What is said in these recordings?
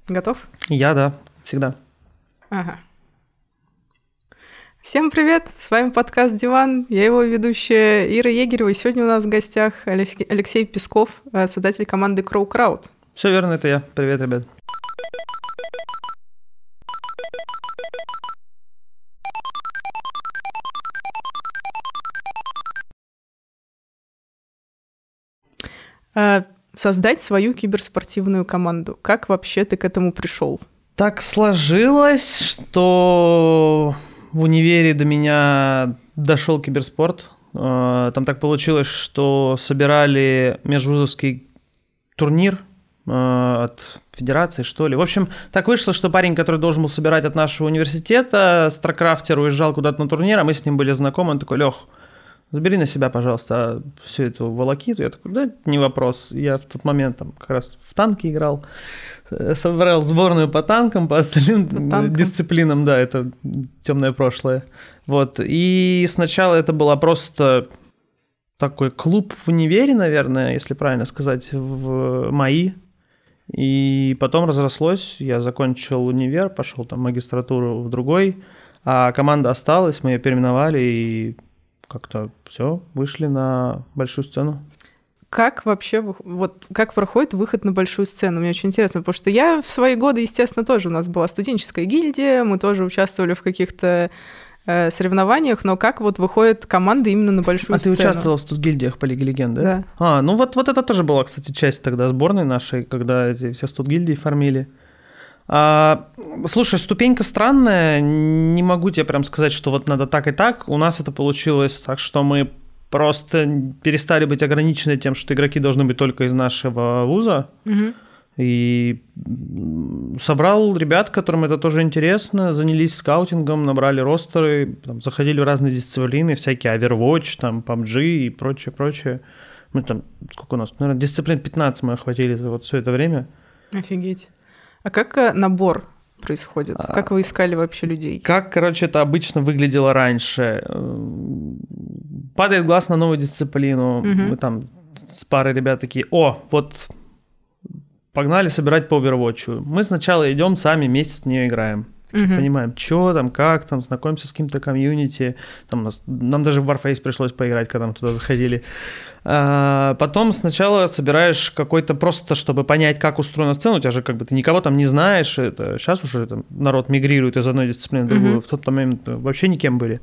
Готов? Я, да, всегда. Ага. Всем привет, с вами подкаст «Диван», я его ведущая Ира Егерева, и сегодня у нас в гостях Алексей Песков, создатель команды Crow Crowd. Все верно, это я. Привет, ребят. Создать свою киберспортивную команду. Как вообще ты к этому пришел? Так сложилось, что в универе до меня дошел киберспорт. Там так получилось, что собирали межвузовский турнир от федерации, что ли. В общем, так вышло, что парень, который должен был собирать от нашего университета, Старкрафтер, уезжал куда-то на турнир, а мы с ним были знакомы. Он такой: Лёх, забери на себя, пожалуйста, всю эту волокиту. Я такой: да, не вопрос. Я в тот момент там как раз в танки играл, собрал сборную по танкам, по остальным дисциплинам, да, это темное прошлое. Вот. И сначала это была просто такой клуб в универе, наверное, если правильно сказать, в МАИ. И потом разрослось, я закончил универ, пошел там в магистратуру в другой, а команда осталась, мы ее переименовали и как-то все, вышли на большую сцену. Как вообще, вот как проходит выход на большую сцену? Мне очень интересно, потому что я в свои годы, естественно, тоже у нас была студенческая гильдия, мы тоже участвовали в каких-то соревнованиях, но как вот выходит команда именно на большую сцену? А ты участвовал в студгильдиях по Лиге Легенд, да? Да. Ну вот это тоже была, кстати, часть тогда сборной нашей, когда эти все студгильдии формили. Слушай, ступенька странная, не могу тебе прям сказать, что вот надо так и так. У нас это получилось так, что мы просто перестали быть ограничены тем, что игроки должны быть только из нашего вуза. Угу. И собрал ребят, которым это тоже интересно, занялись скаутингом, набрали ростеры, там, заходили в разные дисциплины, всякие Overwatch, там, PUBG и прочее. Мы там, сколько у нас, наверное, дисциплин 15 мы охватили за вот все это время. Офигеть. А как набор происходит? Как вы искали вообще людей? Как, это обычно выглядело раньше? Падает глаз на новую дисциплину, мы там с парой ребят такие: вот погнали собирать по Overwatch. Мы сначала идем сами, месяц в нее играем. Понимаем, что там, как там, знакомимся с каким-то комьюнити. Нам даже в Warface пришлось поиграть, когда мы туда заходили. Потом сначала собираешь какой-то просто, чтобы понять, как устроена сцена. У тебя же ты никого там не знаешь. Сейчас уже народ мигрирует из одной дисциплины в другую. В тот момент вообще никем были.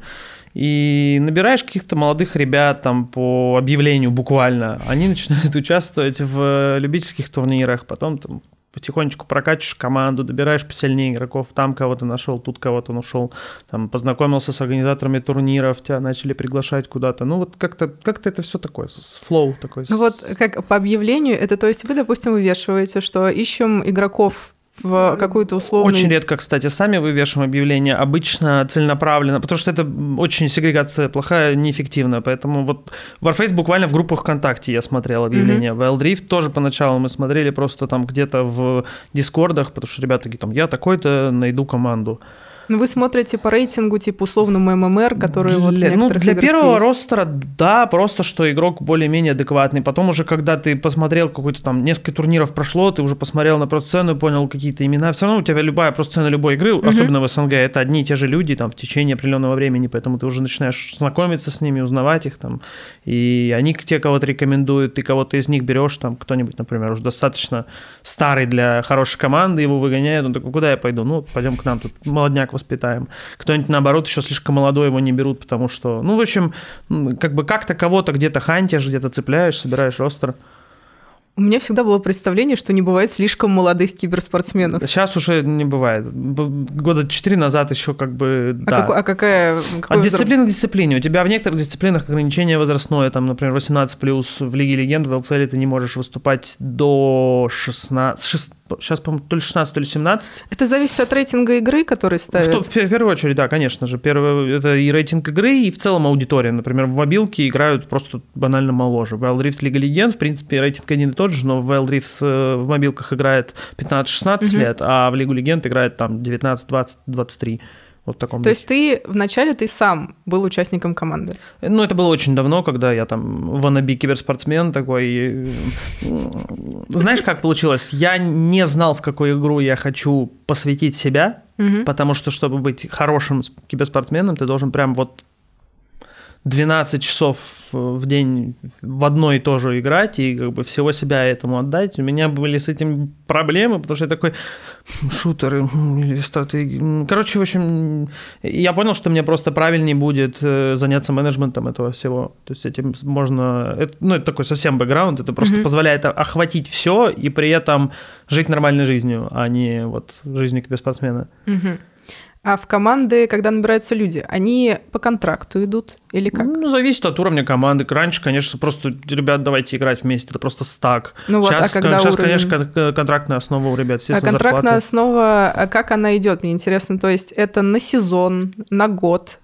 И набираешь каких-то молодых ребят там по объявлению буквально. Они начинают участвовать в любительских турнирах. Потом там потихонечку прокачиваешь команду, добираешь посильнее игроков, там кого-то нашел, тут кого-то нашел, там познакомился с организаторами турниров, тебя начали приглашать куда-то. Ну вот как-то это все такое, с флоу такой. Ну вот как по объявлению, это то есть вы, допустим, вывешиваете, что ищем игроков в какую-то условную... Очень редко, кстати, сами вывешиваем объявления, обычно целенаправленно, потому что это очень сегрегация плохая, неэффективная, поэтому вот Warface буквально в группах ВКонтакте я смотрел объявления, в Wild Rift тоже поначалу мы смотрели просто там где-то в дискордах, потому что ребята такие там: я такой-то, найду команду. Ну, вы смотрите по рейтингу, типа условному ММР, который для первого ростера, да, просто что игрок более-менее адекватный. Потом уже, когда ты посмотрел какой-то там, несколько турниров прошло, ты уже посмотрел на про-сцену, понял какие-то имена. Все равно у тебя любая про-сцена любой игры, особенно в СНГ, это одни и те же люди там в течение определенного времени, поэтому ты уже начинаешь знакомиться с ними, узнавать их там. И они тебе кого-то рекомендуют, ты кого-то из них берешь, там кто-нибудь, например, уже достаточно старый для хорошей команды, его выгоняют, он такой: куда я пойду? Ну, пойдем к нам, тут молодняк воспитаем. Кто-нибудь, наоборот, еще слишком молодой, его не берут, потому что, в общем, как-то кого-то где-то хантишь, где-то цепляешь, собираешь ростер. У меня всегда было представление, что не бывает слишком молодых киберспортсменов. Сейчас уже не бывает. Года 4 назад еще да. Какой От дисциплины к дисциплине. У тебя в некоторых дисциплинах ограничение возрастное. Там, например, 18+, в Лиге Легенд, в ЛЦЛ ты не можешь выступать до 16... Сейчас, по-моему, то ли 16, то ли 17. Это зависит от рейтинга игры, который ставят? В первую очередь, да, конечно же. Первое, это и рейтинг игры, и в целом аудитория. Например, в мобилке играют просто банально моложе. В Wild Rift, Лига Легенд, в принципе, рейтинг один и тот же, но в Wild Rift в мобилках играет 15-16 лет, а в Лигу Легенд играет там 19, 20, 23. Вот в таком То есть вначале ты сам был участником команды? Ну, это было очень давно, когда я там wannabe киберспортсмен такой. Знаешь, как получилось? Я не знал, в какую игру я хочу посвятить себя, потому что, чтобы быть хорошим киберспортсменом, ты должен прям вот 12 часов в день в одно и то же играть и как бы всего себя этому отдать. У меня были с этим проблемы, потому что я такой шутеры, стратегии. Короче, в общем, я понял, что мне просто правильнее будет заняться менеджментом этого всего. То есть этим можно... Это такой совсем бэкграунд, это просто позволяет охватить все и при этом жить нормальной жизнью, а не вот жизнью киберспортсмена. А в команды, когда набираются люди, они по контракту идут или как? Ну, зависит от уровня команды. Раньше, конечно, просто, ребят, давайте играть вместе, это просто стак. Ну вот, сейчас, когда сейчас уровень... конечно, контрактная основа у ребят, естественно, контрактная зарплаты. основа, как она идет, мне интересно, то есть это на сезон, на год?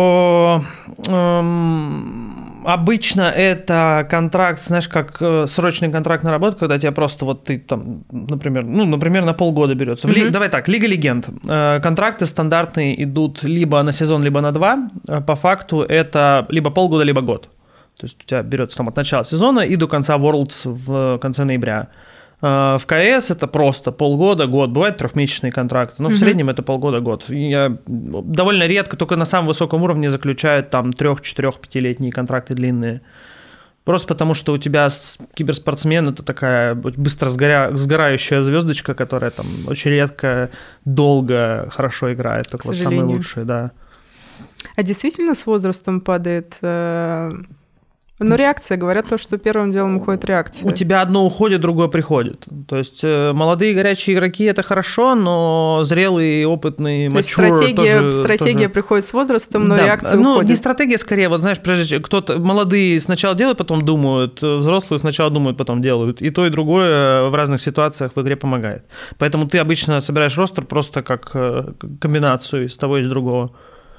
Обычно это контракт, знаешь, как срочный контракт на работу, когда тебя просто вот ты там, например, на полгода берется. Давай так, Лига Легенд. Контракты стандартные идут либо на сезон, либо на 2. По факту это либо полгода, либо год. То есть у тебя берется там от начала сезона и до конца Worlds в конце ноября. В КС это просто полгода, год. Бывают трехмесячные контракты, но в среднем это полгода-год. Я довольно редко, только на самом высоком уровне заключают там 3-4-5-летние контракты длинные. Просто потому, что у тебя киберспортсмен – это такая быстро сгорающая звездочка, которая там очень редко, долго, хорошо играет. Только вот самые лучшие, да. А действительно с возрастом падает... Но реакция, говорят то, что первым делом уходит реакция. У тебя одно уходит, другое приходит. То есть молодые горячие игроки – это хорошо, но зрелые, опытные, mature стратегия приходит с возрастом, но реакция уходит. Ну, не стратегия, скорее, вот знаешь, прежде кто-то, молодые сначала делают, потом думают, взрослые сначала думают, потом делают. И то, и другое в разных ситуациях в игре помогает. Поэтому ты обычно собираешь ростер просто как комбинацию из того и из другого.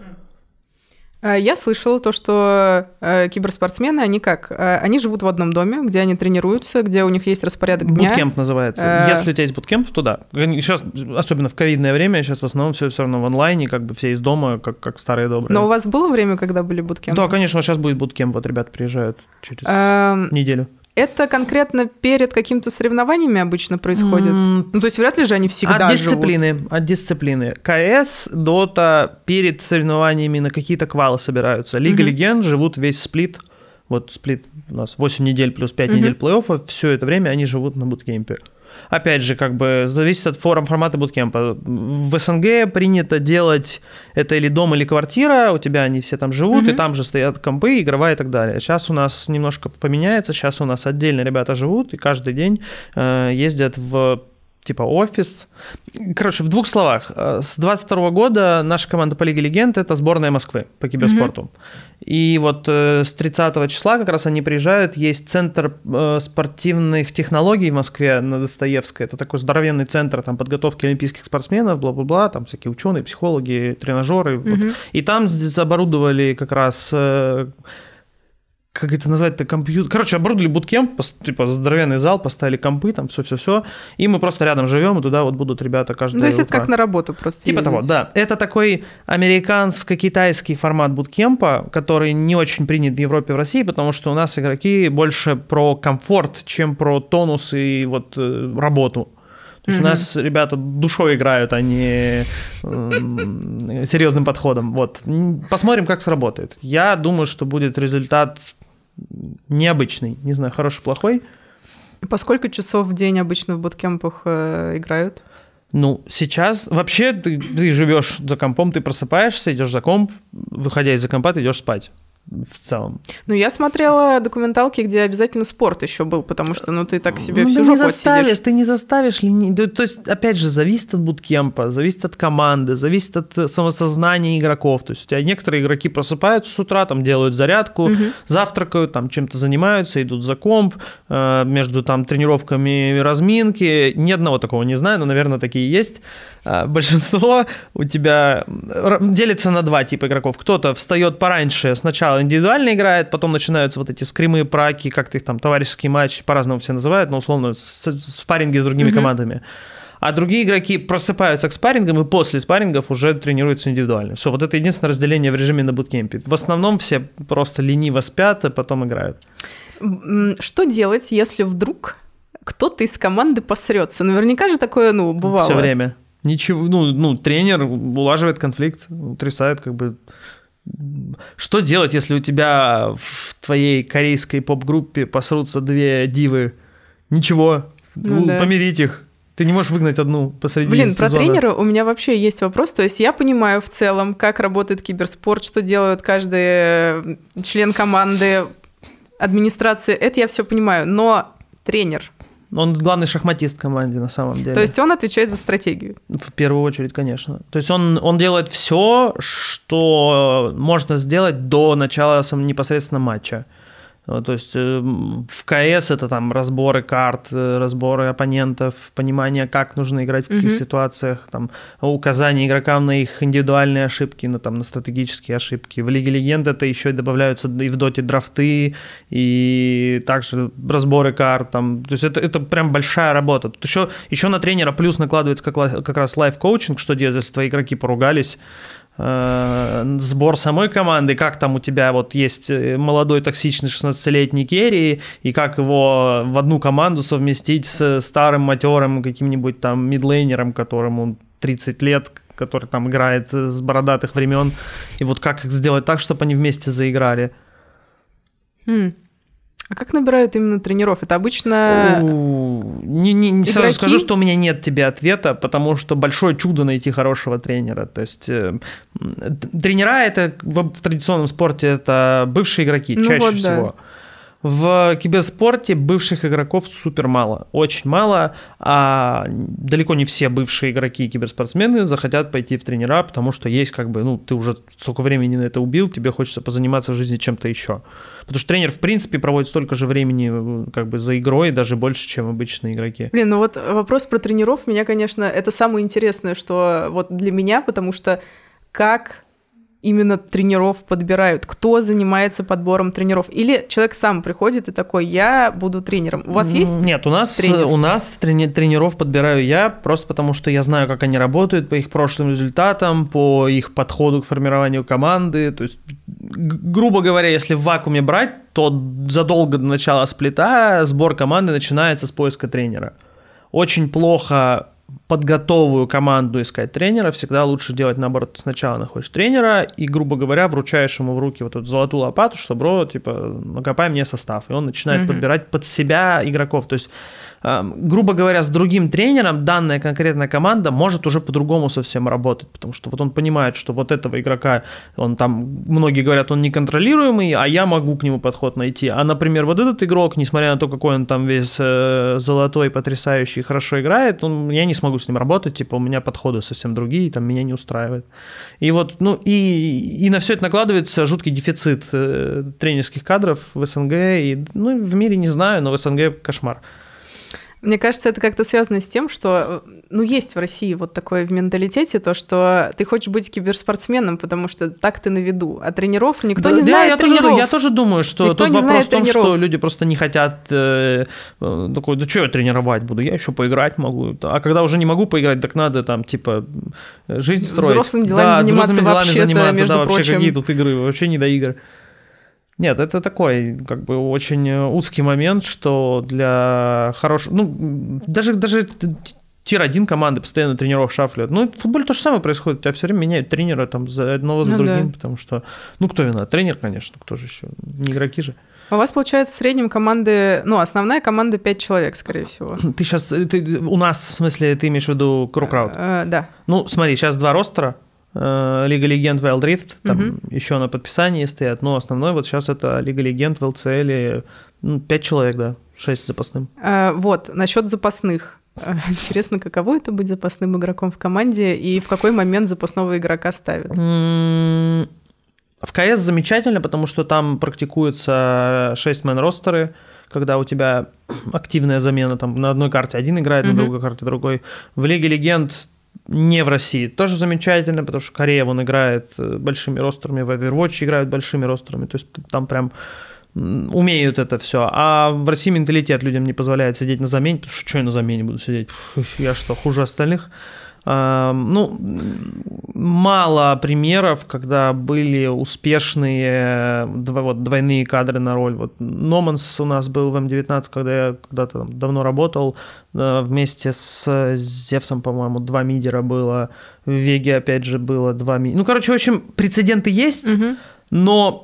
Я слышала то, что киберспортсмены, они как? Они живут в одном доме, где они тренируются, где у них есть распорядок дня. Буткемп называется. Если у тебя есть буткемп, то да. Сейчас, особенно в ковидное время, сейчас в основном все равно в онлайне, как бы все из дома, как старые добрые. Но у вас было время, когда были буткемпы? Да, конечно, сейчас будет буткемп, вот ребята приезжают через неделю. Это конкретно перед какими-то соревнованиями обычно происходит? Ну, то есть вряд ли же они всегда живут? От дисциплины. КС, Дота перед соревнованиями на какие-то квалы собираются. Лига Легенд живут весь сплит. Вот сплит у нас 8 недель плюс 5 недель плей-оффа. Все это время они живут на буткемпе. Опять же, как бы зависит от формата буткемпа. В СНГ принято делать это или дом, или квартира, у тебя они все там живут, и там же стоят компы, игровая и так далее. Сейчас у нас немножко поменяется, сейчас у нас отдельно ребята живут, и каждый день ездят в типа офис. Короче, в двух словах. С 22 года наша команда по Лиге Легенд – это сборная Москвы по киберспорту. И вот с 30 числа как раз они приезжают. Есть центр спортивных технологий в Москве на Достоевской. Это такой здоровенный центр там, подготовки олимпийских спортсменов, бла-бла-бла. Там всякие ученые, психологи, тренажеры. Вот. И там оборудовали как раз... Как это назвать-то, компьютер? Короче, оборудовали буткемп, типа здоровенный зал, поставили компы, там все-все-все, и мы просто рядом живем, и туда вот будут ребята каждое утро. То есть это как на работу просто типа ездить. того, да. Это такой американско-китайский формат буткемпа, который не очень принят в Европе, в России, потому что у нас игроки больше про комфорт, чем про тонус и вот работу. То есть у нас ребята душой играют, а не серьезным подходом. Вот. Посмотрим, как сработает. Я думаю, что будет результат необычный. Не знаю, хороший, плохой. По сколько часов в день обычно в буткемпах играют? Ну, сейчас вообще ты живешь за компом, ты просыпаешься, идешь за комп, выходя из-за компа, ты идешь спать. В целом. Ну, я смотрела документалки, где обязательно спорт еще был, потому что, ну, ты так себе всю жопу отсидишь. Ты не заставишь. То есть, опять же, зависит от буткемпа, зависит от команды, зависит от самосознания игроков. То есть, у тебя некоторые игроки просыпаются с утра, там, делают зарядку, завтракают, там, чем-то занимаются, идут за комп, между, там, тренировками и разминки. Ни одного такого не знаю, но, наверное, такие есть. Большинство у тебя делится на два типа игроков. Кто-то встает пораньше, сначала индивидуально играет, потом начинаются вот эти скримы, праки, как-то их там товарищеские матчи, по-разному все называют, но условно спарринги с другими командами. а другие игроки просыпаются к спаррингам и после спаррингов уже тренируются индивидуально. Все, вот это единственное разделение в режиме на буткемпе. В основном все просто лениво спят, а потом играют. Что делать, если вдруг кто-то из команды посрется? Наверняка же такое, бывало. Все время. Ничего, тренер улаживает конфликт, утрясает как бы... Что делать, если у тебя в твоей корейской поп-группе посрутся 2 дивы? Ничего, помирить их. Ты не можешь выгнать одну посреди сезона. Про тренера у меня вообще есть вопрос. То есть я понимаю в целом, как работает киберспорт, что делает каждый член команды, администрации. Это я все понимаю. Но тренер... Он главный шахматист в команде на самом деле. То есть он отвечает за стратегию? В первую очередь, конечно. То есть он делает все, что можно сделать до начала непосредственно матча. То есть в КС это там разборы карт, разборы оппонентов, понимание, как нужно играть в каких ситуациях, там, указание игрокам на их индивидуальные ошибки, на стратегические ошибки. В Лиге Легенд это еще добавляются и в Доте драфты, и также разборы карт. Там. То есть это прям большая работа. Тут еще на тренера плюс накладывается как раз лайф-коучинг, что делать, если твои игроки поругались, сбор самой команды, как там у тебя вот есть молодой токсичный 16-летний керри, и как его в одну команду совместить с старым матерым каким-нибудь там мидлейнером, которому 30 лет, который там играет с бородатых времен, и вот как сделать так, чтобы они вместе заиграли. А как набирают именно тренеров? Это обычно не сразу скажу, что у меня нет тебе ответа, потому что большое чудо найти хорошего тренера. То есть тренера это в традиционном спорте это бывшие игроки чаще всего. Да. В киберспорте бывших игроков супер мало, очень мало, а далеко не все бывшие игроки и киберспортсмены захотят пойти в тренера, потому что есть как бы, ты уже столько времени на это убил, тебе хочется позаниматься в жизни чем-то еще. Потому что тренер, в принципе, проводит столько же времени как бы за игрой, даже больше, чем обычные игроки. Вот вопрос про тренеров, меня, конечно, это самое интересное, что вот для меня, потому что как... именно тренеров подбирают? Кто занимается подбором тренеров? Или человек сам приходит и такой, я буду тренером. У вас есть Нет, у нас тренеров подбираю я, просто потому что я знаю, как они работают, по их прошлым результатам, по их подходу к формированию команды. То есть, грубо говоря, если в вакууме брать, то задолго до начала сплита сбор команды начинается с поиска тренера. Очень плохо подготовую команду искать тренера, всегда лучше делать наоборот. Сначала находишь тренера и, грубо говоря, вручаешь ему в руки вот эту золотую лопату, что, бро, накопай мне состав. И он начинает подбирать под себя игроков. То есть, грубо говоря, с другим тренером данная конкретная команда может уже по-другому совсем работать, потому что вот он понимает, что вот этого игрока, он там, многие говорят, он неконтролируемый, а я могу к нему подход найти. А, например, вот этот игрок, несмотря на то, какой он там весь золотой, потрясающий, хорошо играет, я не смогу с ним работать, у меня подходы совсем другие, там меня не устраивает. И вот, и на все это накладывается жуткий дефицит тренерских кадров в СНГ, и, в мире не знаю, но в СНГ кошмар. Мне кажется, это как-то связано с тем, что, есть в России вот такое в менталитете, то, что ты хочешь быть киберспортсменом, потому что так ты на виду, а тренеров никто не знает тренеров. Я тоже думаю, что никто тут вопрос в том, что люди просто не хотят такой, да что я тренировать буду, я еще поиграть могу, а когда уже не могу поиграть, так надо там, жизнь строить. Взрослыми делами заниматься вообще-то, между прочим. Вообще какие тут игры, вообще не до игр. Нет, это такой, как бы, очень узкий момент, что для хорошего... даже тир-1 команды постоянно тренеров шафлят. В футболе то же самое происходит. У тебя все время меняют тренера там за одного за другим, да. Потому что... кто виноват? Тренер, конечно. Кто же еще? Не игроки же. У вас, получается, в среднем команды... основная команда 5 человек, скорее всего. Ты сейчас... у нас, в смысле, ты имеешь в виду Крокрауд? Да. Смотри, сейчас 2 ростера. Лига Легенд, Wild Rift, там еще на подписании стоят, но основной вот сейчас это Лига Легенд, в ЛЦЛ, 5 человек, да, 6 запасным. Насчет запасных. Интересно, каково это быть запасным игроком в команде и в какой момент запасного игрока ставят? В КС замечательно, потому что там практикуются 6-мен-ростеры, когда у тебя активная замена, там на одной карте один играет, на другой карте другой. В Лиге Легенд не в России. Тоже замечательно, потому что Корея, играет большими ростерами, в Overwatch играют большими ростерами, то есть там прям умеют это все. А в России менталитет людям не позволяет сидеть на замене, потому что я на замене буду сидеть? Я что, хуже остальных? Мало примеров, когда были успешные двойные кадры на роль. Вот Номанс у нас был в М19, когда я когда-то там давно работал, вместе с Зевсом, по-моему, 2 мидера было, в Веге, опять же, было 2 мидера. Ну, короче, в общем, прецеденты есть, но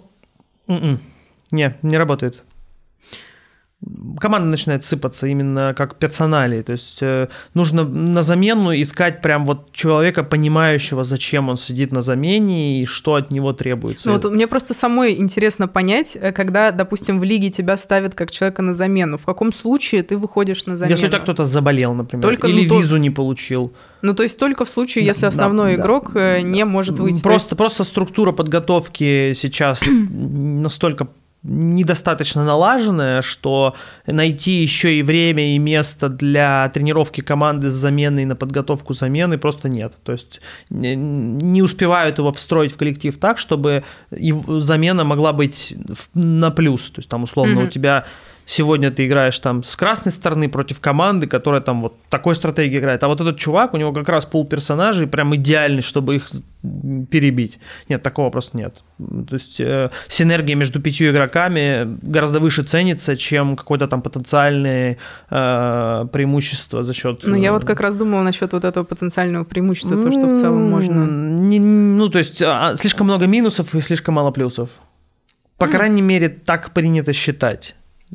не работает. Команда начинает сыпаться именно как персоналии, то есть нужно на замену искать прям вот человека, понимающего, зачем он сидит на замене и что от него требуется. Ну, вот мне просто самой интересно понять, когда, допустим, в лиге тебя ставят как человека на замену, в каком случае ты выходишь на замену? Если у тебя кто-то заболел, например, только, или визу не получил. Ну, то есть только в случае, если основной игрок не может выйти. Просто структура подготовки сейчас настолько недостаточно налаженная, что найти еще и время и место для тренировки команды с заменой на подготовку замены просто нет. То есть не успевают его встроить в коллектив так, чтобы замена могла быть на плюс. То есть там условно у тебя сегодня ты играешь там с красной стороны против команды, которая там вот такой стратегией играет, а вот этот чувак, у него как раз пул персонажей прям идеальный, чтобы их перебить. Нет, такого просто нет. То есть синергия между 5 игроками гораздо выше ценится, чем какое-то там потенциальное преимущество за счет... Ну, я вот как раз думала насчет вот этого потенциального преимущества, то, что в целом можно... то есть слишком много минусов и слишком мало плюсов. По крайней мере, так принято считать.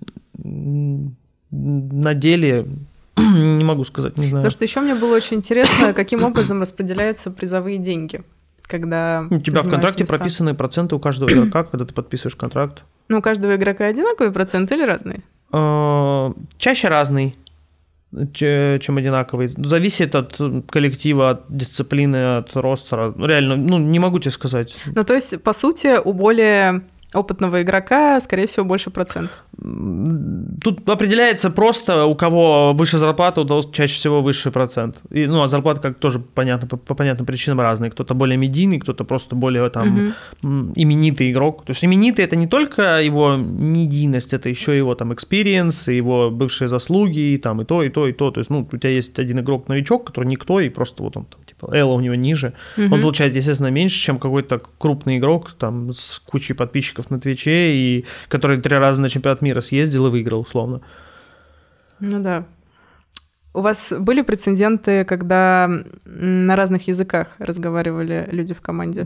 На деле не могу сказать, не знаю. То, что еще мне было очень интересно, каким образом распределяются призовые деньги, когда у тебя в контракте места. Прописаны проценты у каждого игрока, когда ты подписываешь контракт. Ну, у каждого игрока одинаковые проценты или разные? Чаще разный, чем одинаковый. Зависит от коллектива, от дисциплины, от ростера. Реально, не могу тебе сказать. Ну, то есть, по сути, у более опытного игрока, скорее всего, больше процент. Тут определяется просто, у кого выше зарплата, у того чаще всего высший процент. А зарплата, как тоже понятно, по понятным причинам разные. Кто-то более медийный, кто-то просто более там именитый игрок. То есть именитый — это не только его медийность, это еще его там experience, его бывшие заслуги, там и то, и то, и то. То есть, у тебя есть один игрок-новичок, который никто, и просто вот он там, типа, элла у него ниже. Он получает, естественно, меньше, чем какой-то крупный игрок там с кучей подписчиков на Твиче, и который 3 раза на чемпионат мира съездил и выиграл, условно. Ну да. У вас были прецеденты, когда на разных языках разговаривали люди в команде?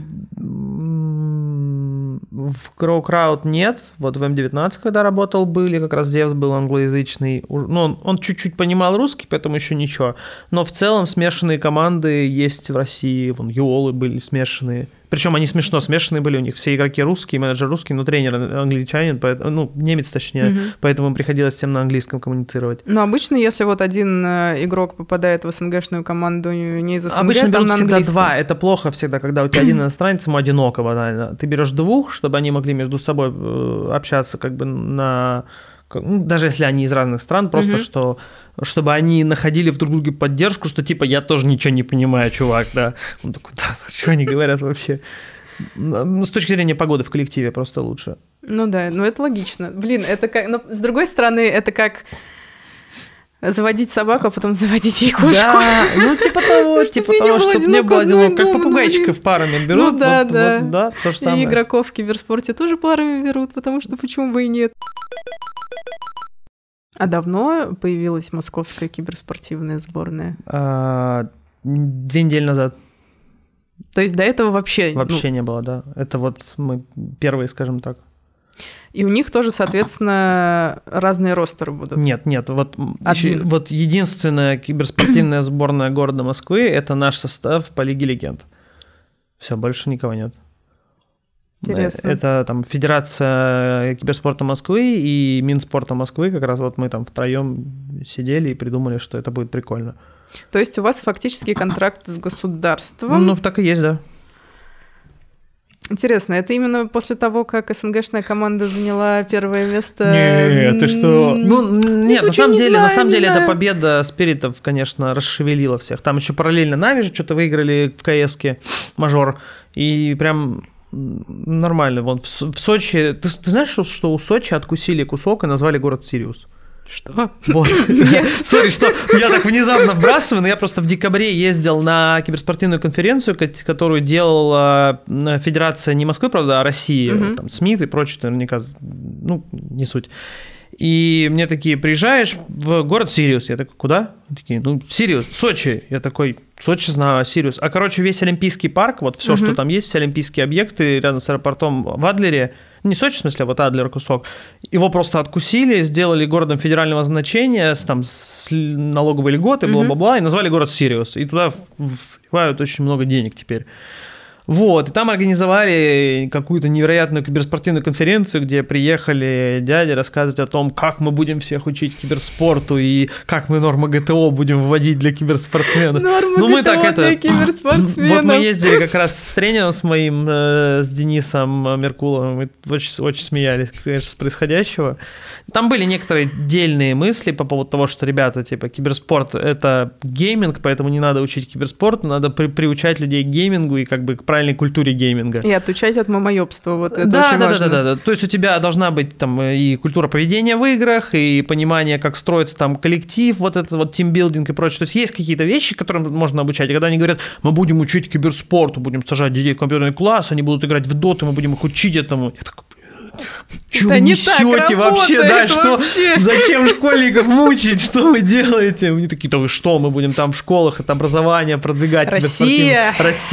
В Crowd нет. Вот в М19, когда работал, были, как раз Зевс был англоязычный. Он чуть-чуть понимал русский, поэтому еще ничего. Но в целом смешанные команды есть в России. Вон Юолы были смешанные. Причем они смешно смешанные были, у них все игроки русские, менеджер русский, но тренер англичанин, немец точнее, поэтому им приходилось всем на английском коммуницировать. Но обычно, если вот один игрок попадает в СНГшную команду не из СНГ, обычно берут на всегда 2, это плохо всегда, когда у тебя один иностранец, ему одиноко банально. Ты берешь 2, чтобы они могли между собой общаться как бы даже если они из разных стран, просто чтобы они находили в друг друге поддержку, что типа я тоже ничего не понимаю, чувак, да. Он такой, да, что они говорят вообще? С точки зрения погоды в коллективе просто лучше. Ну да, это логично. Блин, это как... Но с другой стороны, это как заводить собаку, а потом заводить ей кошку. Да, типа того, чтобы не было одиноко. Как попугайчиков парами берут. Да, то же самое. И игроков в киберспорте тоже парами берут, потому что почему бы и нет. А давно появилась московская киберспортивная сборная? 2 недели назад. То есть до этого вообще... Вообще не было, да. Это вот мы первые, скажем так. И у них тоже, соответственно, разные ростеры будут? Нет. Вот единственная киберспортивная сборная города Москвы — это наш состав по Лиге Легенд. Все, больше никого нет. Интересно. Это там Федерация киберспорта Москвы и Минспорта Москвы, как раз вот мы там втроем сидели и придумали, что это будет прикольно. То есть у вас фактически контракт с государством? Так и есть, да. Интересно, это именно после того, как СНГшная команда заняла первое место? Нет, ты что? Нет, на самом деле эта победа спиритов, конечно, расшевелила всех. Там еще параллельно Нави же что-то выиграли в КС-ке, мажор, и прям... нормально. Вон в Сочи... Ты знаешь, что у Сочи откусили кусок и назвали город Сириус? Что? Вот. Сори, что я так внезапно вбрасываю, но я просто в декабре ездил на киберспортивную конференцию, которую делала Федерация не Москвы, правда, а России, там, СМИ и прочее, наверняка, ну, не суть. И мне такие, приезжаешь в город Сириус. Я такой, куда? Они такие, ну, Сириус, Сочи. Я такой, Сочи знаю, Сириус. А, короче, весь Олимпийский парк, вот все, что там есть, все олимпийские объекты рядом с аэропортом в Адлере, не Сочи, в смысле, а вот Адлер кусок, его просто откусили, сделали городом федерального значения, с налоговой льготы, бла-бла-бла, и назвали город Сириус. И туда вливают очень много денег теперь. Вот, и там организовали какую-то невероятную киберспортивную конференцию, где приехали дяди рассказывать о том, как мы будем всех учить киберспорту и как мы нормы ГТО будем вводить для киберспортсменов. Нормы ГТО для киберспортсменов. Вот мы ездили как раз с тренером с моим, с Денисом Меркуловым, мы очень смеялись, конечно, с происходящего. Там были некоторые дельные мысли по поводу того, что, ребята, типа, киберспорт — это гейминг, поэтому не надо учить киберспорту, надо приучать людей к геймингу и как бы к правильной культуре гейминга. И отучать от мамоёбства, вот это очень важно. Да. То есть у тебя должна быть там и культура поведения в играх, и понимание, как строится там коллектив, вот этот вот тимбилдинг и прочее. То есть есть какие-то вещи, которым можно обучать. И когда они говорят, мы будем учить киберспорту, будем сажать детей в компьютерный класс, они будут играть в доту, мы будем их учить этому. Я такой, что вы несете вообще, да, что, зачем школьников мучить, что вы делаете? Они такие, да вы что, мы будем там в школах это образование продвигать. Россия,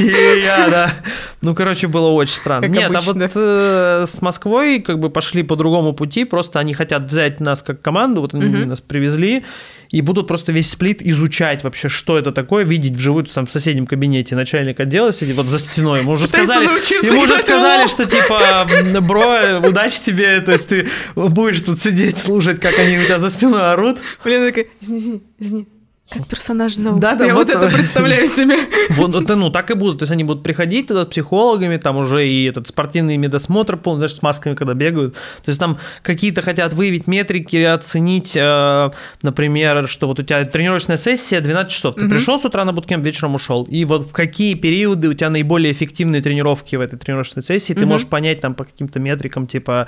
да. Ну, короче, было очень странно. Как Нет, обычно. А вот с Москвой как бы пошли по другому пути, просто они хотят взять нас как команду, вот они нас привезли, и будут просто весь сплит изучать вообще, что это такое, видеть вживую там в соседнем кабинете начальник отдела сидит вот за стеной. Ему уже сказали, что типа, бро, удачи тебе, то есть ты будешь тут сидеть, слушать, как они у тебя за стеной орут. Блин, такая, извини. Как персонаж зовут? Да, я вот это представляю себе. Ну, так и будут. То есть они будут приходить туда с психологами, там уже и этот спортивный медосмотр полный, знаешь, с масками, когда бегают. То есть там какие-то хотят выявить метрики, оценить, например, что вот у тебя тренировочная сессия 12 часов. Ты пришел с утра на буткемп, вечером ушел. И вот в какие периоды у тебя наиболее эффективные тренировки в этой тренировочной сессии, ты можешь понять там по каким-то метрикам, типа,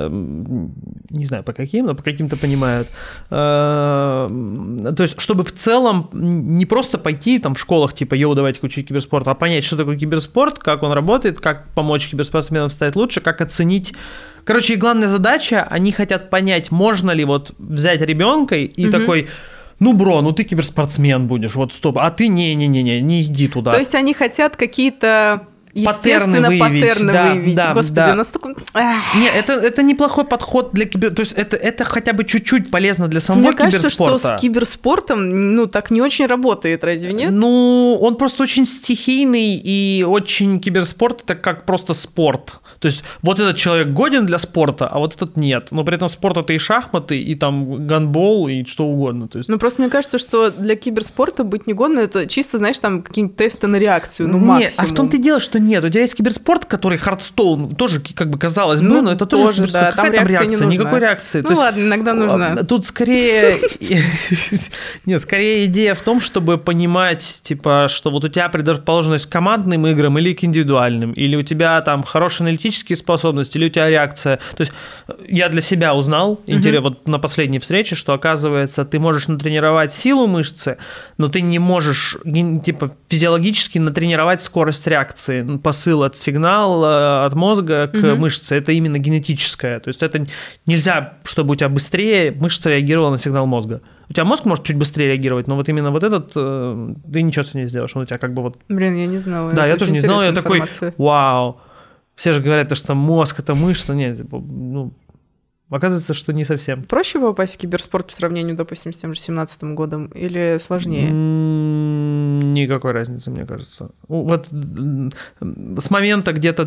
не знаю, по каким, но по каким-то понимают. То есть, чтобы в целом не просто пойти там в школах, типа, йоу, давайте учить киберспорт, а понять, что такое киберспорт, как он работает, как помочь киберспортсменам стать лучше, как оценить. Короче, и главная задача, они хотят понять, можно ли вот взять ребенка и такой, ну, бро, ну ты киберспортсмен будешь, вот стоп, а ты не иди туда. То есть они хотят какие-то... Естественно, паттерны выявить. Да, Господи, настолько... Нет, это неплохой подход для киберспорта. То есть это хотя бы чуть-чуть полезно для самого киберспорта. Мне кажется, что с киберспортом, ну, так не очень работает, разве нет? Ну, он просто очень стихийный, и очень киберспорт — это как просто спорт. То есть вот этот человек годен для спорта, а вот этот нет. Но при этом спорт — это и шахматы, и там гандбол, и что угодно. То есть... Ну, просто мне кажется, что для киберспорта быть негодно — это чисто, знаешь, там какие-нибудь тесты на реакцию, ну, максимум. Нет, а в том-то и дело, что нет, у тебя есть киберспорт, который Хардстоун, тоже, как бы казалось бы, но это тоже да, какая там реакция? Никакой реакции. Ну ладно, иногда нужна. Тут скорее... Нет, скорее идея в том, чтобы понимать, типа, что вот у тебя предрасположенность к командным играм или к индивидуальным, или у тебя там хорошие аналитические способности, или у тебя реакция. То есть я для себя узнал, вот на последней встрече, что, оказывается, ты можешь натренировать силу мышцы, но ты не можешь, типа, физиологически натренировать скорость реакции, посыл от сигнала от мозга к мышце, это именно генетическое. То есть это нельзя, чтобы у тебя быстрее мышца реагировала на сигнал мозга. У тебя мозг может чуть быстрее реагировать, но вот именно вот этот ты ничего с ним не сделаешь. Он у тебя как бы вот... Блин, я не знала. Да, я тоже не знал. Я такой, вау. Все же говорят, что мозг — это мышца. Нет, ну... Оказывается, что не совсем. Проще попасть в киберспорт по сравнению, допустим, с тем же 2017 годом или сложнее? Никакой разницы, мне кажется. Вот с момента где-то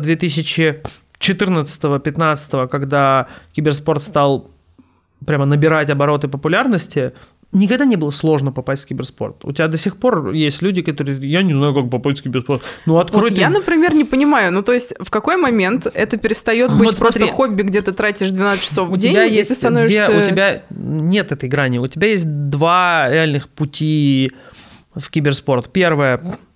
2014-15, когда киберспорт стал прямо набирать обороты популярности, никогда не было сложно попасть в киберспорт. У тебя до сих пор есть люди, которые, я не знаю, как попасть в киберспорт. Ну, открой. Вот я, например, не понимаю. Ну, то есть, в какой момент это перестает быть вот просто хобби, где ты тратишь 12 часов в день, и ты становишься... У тебя нет этой грани. У тебя есть два реальных пути в киберспорт. Первое,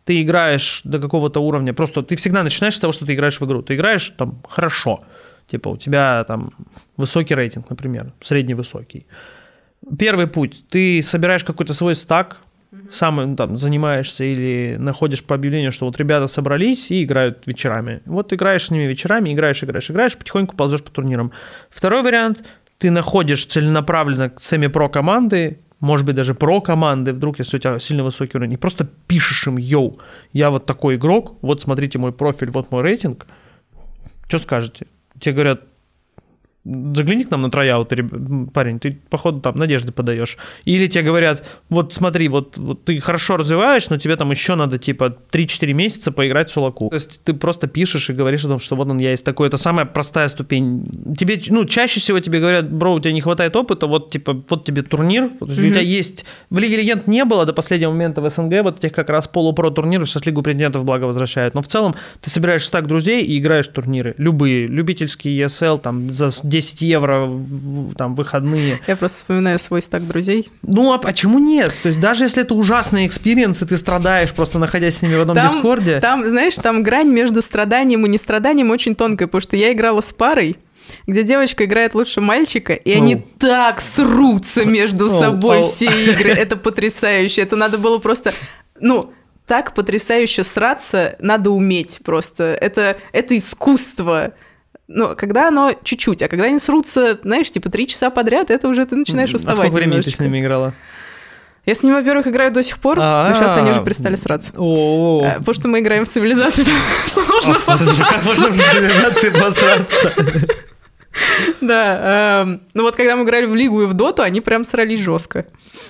ты играешь до какого-то уровня, просто ты всегда начинаешь с того, что ты играешь в игру. Ты играешь там хорошо, типа у тебя там высокий рейтинг, например, средний-высокий. Первый путь, ты собираешь какой-то свой стак, сам там занимаешься или находишь по объявлению, что вот ребята собрались и играют вечерами. Вот играешь с ними вечерами, играешь, потихоньку ползешь по турнирам. Второй вариант, ты находишь целенаправленно семи-про команды, может быть, даже про-команды, вдруг, если у тебя сильно высокий уровень, и просто пишешь им: йоу, я вот такой игрок, вот смотрите мой профиль, вот мой рейтинг, что скажете? Тебе говорят: загляни к нам на трайаут, парень, ты, походу, там надежды подаешь. Или тебе говорят: вот смотри, вот ты хорошо развиваешь, но тебе там еще надо, типа, 3-4 месяца поиграть в солоку. То есть ты просто пишешь и говоришь о том, что вот он, я есть такой. Это самая простая ступень. Тебе, чаще всего тебе говорят: бро, у тебя не хватает опыта, вот, типа, вот тебе турнир. У тебя есть... В Лиге Легенд не было до последнего момента в СНГ вот этих как раз полупро турниров, сейчас Лигу Претендентов, благо, возвращают. Но в целом ты собираешь стак друзей и играешь в турниры. Любые. Любительские, ESL, там, за 10 евро, там, выходные. Я просто вспоминаю свой стак друзей. Ну, а почему нет? То есть даже если это ужасный экспириенс, и ты страдаешь, просто находясь с ними в одном дискорде. Там, знаешь, там грань между страданием и нестраданием очень тонкая, потому что я играла с парой, где девочка играет лучше мальчика, и они так срутся между собой все игры. Это потрясающе. Это надо было просто... так потрясающе сраться надо уметь просто. Это искусство. Когда оно чуть-чуть, а когда они срутся, знаешь, типа 3 часа подряд, это уже ты начинаешь уставать. А сколько времени ты с ними играла? Я с ними, во-первых, играю до сих пор, но сейчас они уже перестали сраться. Потому что мы играем в цивилизацию, сложно посраться. Как можно в цивилизации посраться? Да. Вот когда мы играли в Лигу и в Доту, они прям срались жестко.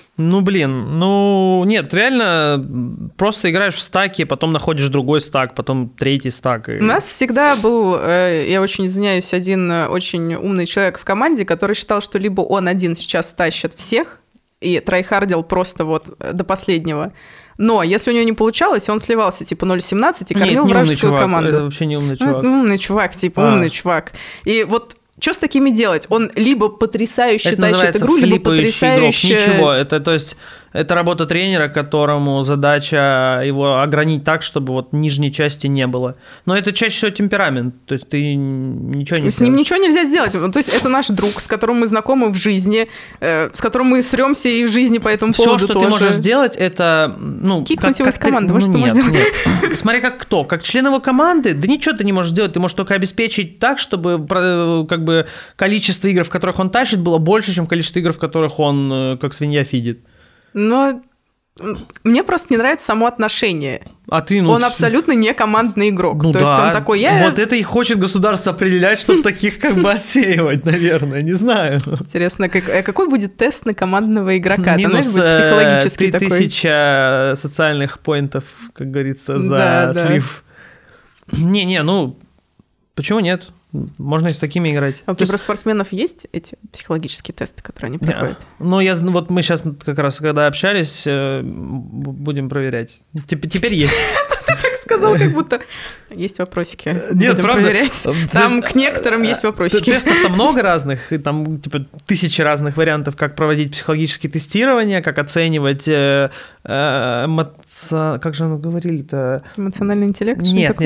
Нет, реально просто играешь в стаки, потом находишь другой стак, потом третий стак. У нас всегда был, я очень извиняюсь, один очень умный человек в команде, который считал, что либо он один сейчас тащит всех и трайхардил просто вот до последнего, но если у него не получалось, он сливался типа 0.17 и кормил вражескую команду. Это вообще не умный чувак. Умный чувак, умный чувак. И вот что с такими делать? Он либо потрясающе тащит игру, либо потрясающе... Ничего, это работа тренера, которому задача его огранить так, чтобы вот нижней части не было. Но это чаще всего темперамент, то есть ты ничего не сделаешь. С ним ничего нельзя сделать. То есть это наш друг, с которым мы знакомы в жизни, с которым мы срёмся и в жизни по этому поводу тоже. Все, что ты можешь сделать, это... кикнуть его из команды. Вот что ты можешь сделать. Нет. Смотри, как кто? Как член его команды? Да ничего ты не можешь сделать. Ты можешь только обеспечить так, чтобы как бы количество игр, в которых он тащит, было больше, чем количество игр, в которых он как свинья фидит. Но мне просто не нравится само отношение. А ты, он абсолютно не командный игрок. То есть он такой, Вот это и хочет государство определять, чтобы таких как бы отсеивать, наверное, не знаю. Интересно, какой будет тест на командного игрока? Минус психологический 3000 социальных поинтов, как говорится, за слив. Не, почему нет? Можно и с такими играть. А у киберспортсменов есть эти психологические тесты, которые они проходят? Вот мы сейчас как раз, когда общались, будем проверять. Теперь есть. Ты так сказал, как будто есть вопросики. Нет, будем проверять. Там к некоторым есть вопросики. Тестов-то много разных, и там типа 1000 разных вариантов, как проводить психологические тестирования, как оценивать... Как же мы говорили-то? Эмоциональный интеллект?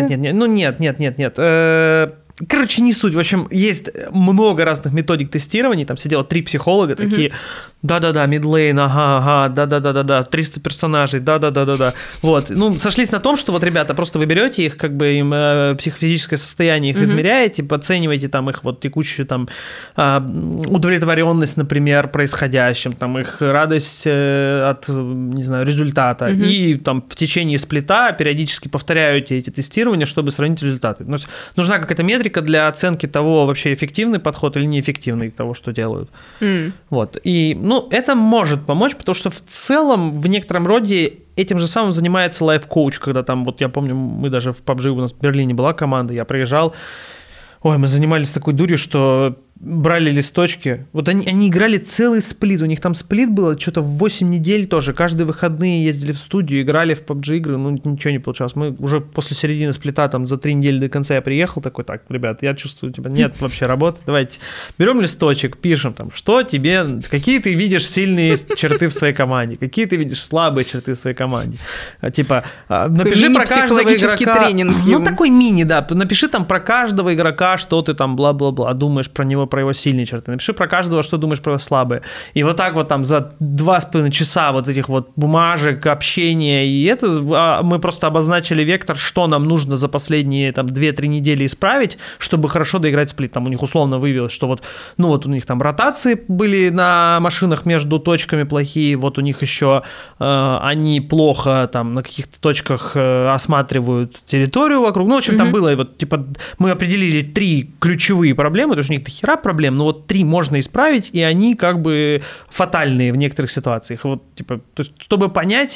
Нет. Короче, не суть. В общем, есть много разных методик тестирования. Там сидело 3 психолога такие: да-да-да, мидлейн, ага, да-да-да-да, 300 персонажей, да-да-да-да-да. Вот. Сошлись на том, что вот, ребята, просто вы берете их, как бы им психофизическое состояние их измеряете, оцениваете там их вот текущую там удовлетворенность, например, происходящим, там их радость от, не знаю, результата. И там в течение сплита периодически повторяете эти тестирования, чтобы сравнить результаты. Нужна какая-то метрика для оценки того, вообще эффективный подход или неэффективный того, что делают. Вот. И, это может помочь, потому что в целом в некотором роде этим же самым занимается лайф-коуч, когда там, вот я помню, мы даже в PUBG, у нас в Берлине была команда, я приезжал, мы занимались такой дурью, что брали листочки. Вот они играли целый сплит. У них там сплит было что-то в 8 недель тоже. Каждые выходные ездили в студию, играли в PUBG игры. Ну, ничего не получалось. Мы уже после середины сплита, там, за 3 недели до конца я приехал, такой, так, ребят, я чувствую, типа, нет вообще работы. Давайте берем листочек, пишем там, что тебе, какие ты видишь сильные черты в своей команде, какие ты видишь слабые черты в своей команде. Типа, напиши про каждого игрока. Тренинг ну, такой мини, да. Напиши там про каждого игрока, что ты там бла-бла-бла, думаешь про него, про его сильные черты. Напиши про каждого, что думаешь про его слабые. И вот так вот там за 2,5 часа вот этих вот бумажек, общения, и это мы просто обозначили вектор, что нам нужно за последние там 2-3 недели исправить, чтобы хорошо доиграть сплит. Там у них условно выявилось, что вот, ну вот у них там ротации были на машинах между точками плохие, вот у них еще они плохо там на каких-то точках осматривают территорию вокруг. Ну, в общем, там было, и вот, типа, мы определили 3 ключевые проблемы, то есть у них до хера проблем, но вот 3 можно исправить, и они как бы фатальные в некоторых ситуациях. Вот, типа, то есть, чтобы понять,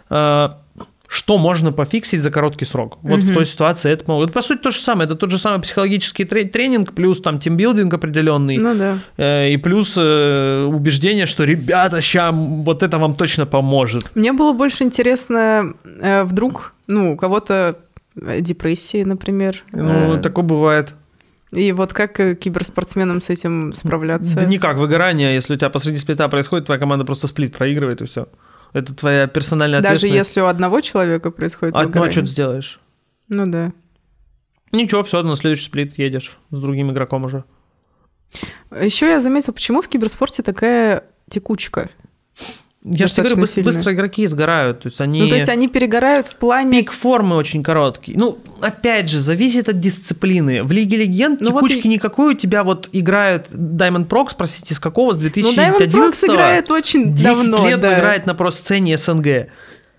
что можно пофиксить за короткий срок. Вот в той ситуации это могут. Это, по сути, то же самое. Это тот же самый психологический тренинг, плюс там тимбилдинг определенный, ну, да. И плюс убеждение, что, ребята, ща вот это вам точно поможет. Мне было больше интересно, вдруг, ну, у кого-то депрессии, например. Ну, такое бывает. И вот как киберспортсменам с этим справляться? Да никак, выгорание. Если у тебя посреди сплита происходит, твоя команда просто сплит проигрывает, и все. Это твоя персональная ответственность. Даже если у одного человека происходит выгорание? Ну, а что ты сделаешь? Ну, да. Ничего, все, на следующий сплит едешь с другим игроком уже. Еще я заметила, почему в киберспорте такая текучка. Я же тебе говорю, быстро игроки сгорают. То есть они... Ну, то есть они перегорают в плане... Пик формы очень короткий. Ну, опять же, зависит от дисциплины. В Лиге Легенд текучки вот никакой у тебя вот играет Diamond Prox, простите, с какого? С 2011-го? Ну, Diamond Prox играет очень 10 давно. 10 лет да. играет на про-сцене СНГ.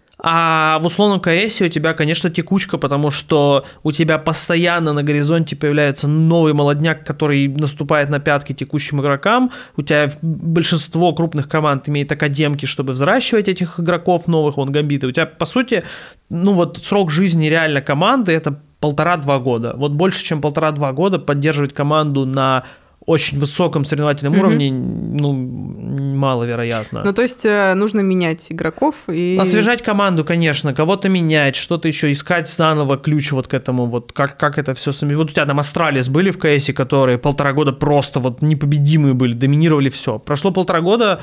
А в условном КСе у тебя, конечно, текучка, потому что у тебя постоянно на горизонте появляется новый молодняк, который наступает на пятки текущим игрокам. У тебя большинство крупных команд имеет академки, чтобы взращивать этих игроков новых, вон гамбиты. У тебя, по сути, ну вот срок жизни реально команды — это 1,5-2 года. Вот больше, чем 1,5-2 года поддерживать команду на очень высоком соревновательном уровне, ну, маловероятно. Ну, то есть нужно менять игроков и... Освежать команду, конечно, кого-то менять, что-то еще искать заново ключ вот к этому, вот как это все сами... Вот у тебя там Астралис были в КСе, которые 1,5 года просто вот непобедимые были, доминировали все. Прошло 1,5 года,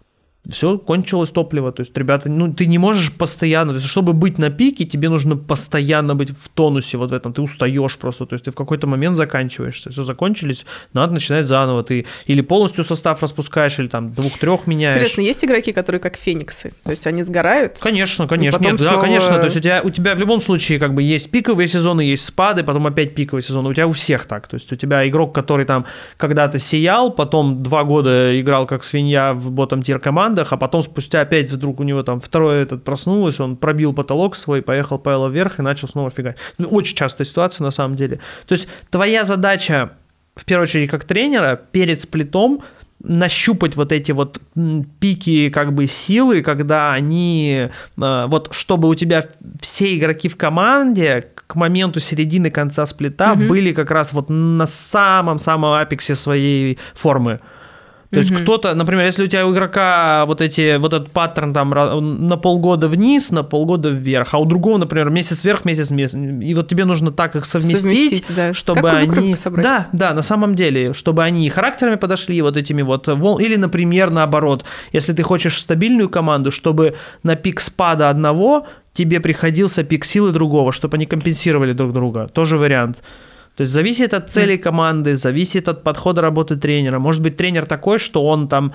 все, кончилось топливо. То есть, ребята, ну, ты не можешь постоянно, то есть, чтобы быть на пике, тебе нужно постоянно быть в тонусе вот в этом, ты устаешь просто, то есть, ты в какой-то момент заканчиваешься, все закончились, надо начинать заново, ты или полностью состав распускаешь, или там 2-3 меняешь. Интересно, есть игроки, которые как фениксы, то есть, они сгорают? Конечно, нет, снова... да, конечно, то есть, у тебя в любом случае как бы есть пиковые сезоны, есть спады, потом опять пиковые сезоны, у тебя у всех так, то есть, у тебя игрок, который там когда-то сиял, потом 2 года играл как свинья в ботtom-тир командах, а потом спустя опять вдруг у него там второй проснулось, он пробил потолок свой, поехал вверх и начал снова фигать. Ну, очень частая ситуация на самом деле. То есть твоя задача, в первую очередь, как тренера, перед сплитом нащупать вот эти вот пики как бы силы, когда они, вот чтобы у тебя все игроки в команде к моменту середины конца сплита были как раз вот на самом-самом апексе своей формы. То есть кто-то, например, если у тебя у игрока вот этот паттерн там на полгода вниз, на полгода вверх, а у другого, например, месяц вверх, месяц вниз, и вот тебе нужно так их совместить, да. чтобы как они... собрать. Да, на самом деле, чтобы они и характерами подошли, вот этими вот... Или, например, наоборот, если ты хочешь стабильную команду, чтобы на пик спада одного тебе приходился пик силы другого, чтобы они компенсировали друг друга. Тоже вариант. То есть зависит от целей команды, зависит от подхода работы тренера. Может быть, тренер такой, что он там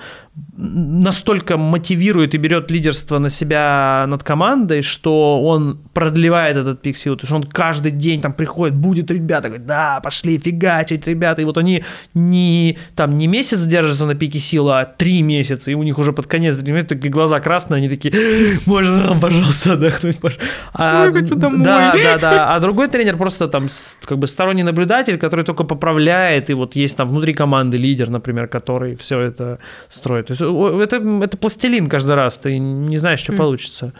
настолько мотивирует и берет лидерство на себя над командой, что он продлевает этот пик силы. То есть он каждый день там приходит, будет ребята, говорит, да, пошли фигачить, ребята. И вот они не месяц держатся на пике силы, а 3 месяца. И у них уже под конец 3 месяца такие глаза красные, они такие, можно нам, пожалуйста, отдохнуть? Я хочу домой. Да. А другой тренер просто там как бы сторонний наблюдатель, который только поправляет, и вот есть там внутри команды лидер, например, который все это строит. То есть это пластилин каждый раз, ты не знаешь, что получится.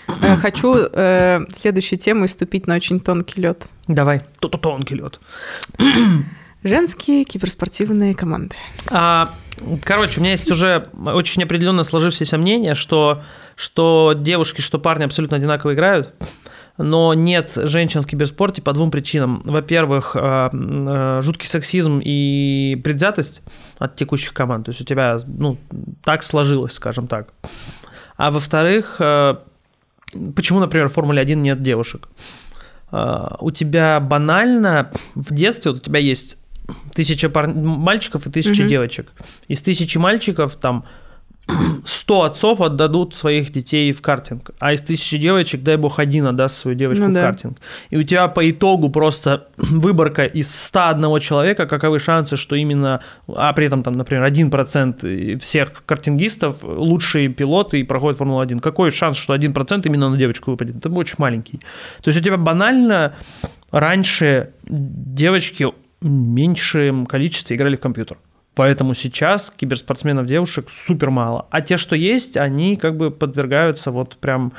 Хочу следующую тему ступить на очень тонкий лед. Давай, тонкий лед. Женские киберспортивные команды. Короче, у меня есть уже очень определенно сложившееся мнение, что девушки, что парни абсолютно одинаково играют, но нет женщин в киберспорте по двум причинам. Во-первых, жуткий сексизм и предвзятость от текущих команд, то есть у тебя, так сложилось, скажем так. А во-вторых, почему, например, в Формуле 1 нет девушек? У тебя банально в детстве у тебя есть 1000 мальчиков и 1000 девочек. Из 1000 мальчиков там 100 отцов отдадут своих детей в картинг, а из 1000 девочек, дай бог, один отдаст свою девочку в картинг. И у тебя по итогу просто выборка из 101 человека, каковы шансы, что именно, а при этом там, например, 1% всех картингистов лучшие пилоты и проходят Формулу-1. Какой шанс, что 1% именно на девочку выпадет? Это очень маленький. То есть у тебя банально раньше девочки в меньшем количестве играли в компьютер. Поэтому сейчас киберспортсменов девушек супер мало. А те, что есть, они как бы подвергаются вот прям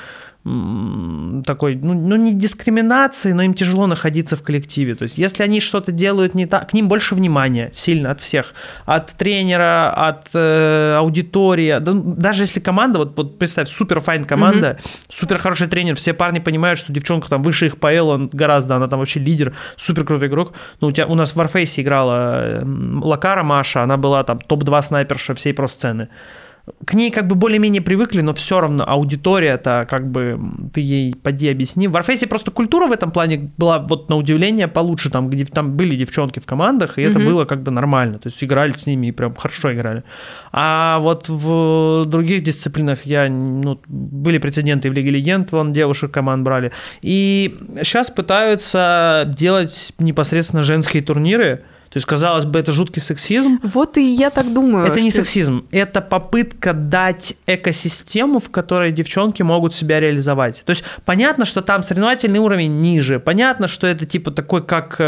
такой, не дискриминации, но им тяжело находиться в коллективе. То есть если они что-то делают не так, к ним больше внимания сильно от всех. От тренера, от аудитории. Даже если команда, вот представь, супер файн команда, супер хороший тренер, все парни понимают, что девчонка там выше их по элу гораздо, она там вообще лидер, супер крутой игрок. У нас в Warface играла Лакара Маша, она была там топ-2 снайперша всей про-сцены. К ней как бы более-менее привыкли, но все равно аудитория-то как бы ты ей поди объясни. В Warface просто культура в этом плане была вот на удивление получше, там, где там были девчонки в командах, и это было как бы нормально, то есть играли с ними и прям хорошо играли. А вот в других дисциплинах были прецеденты в Лиге Легенд, вон девушек команд брали, и сейчас пытаются делать непосредственно женские турниры. То есть, казалось бы, это жуткий сексизм. Вот и я так думаю. Это не сексизм, это попытка дать экосистему, в которой девчонки могут себя реализовать. То есть, понятно, что там соревновательный уровень ниже, понятно, что это типа такой, как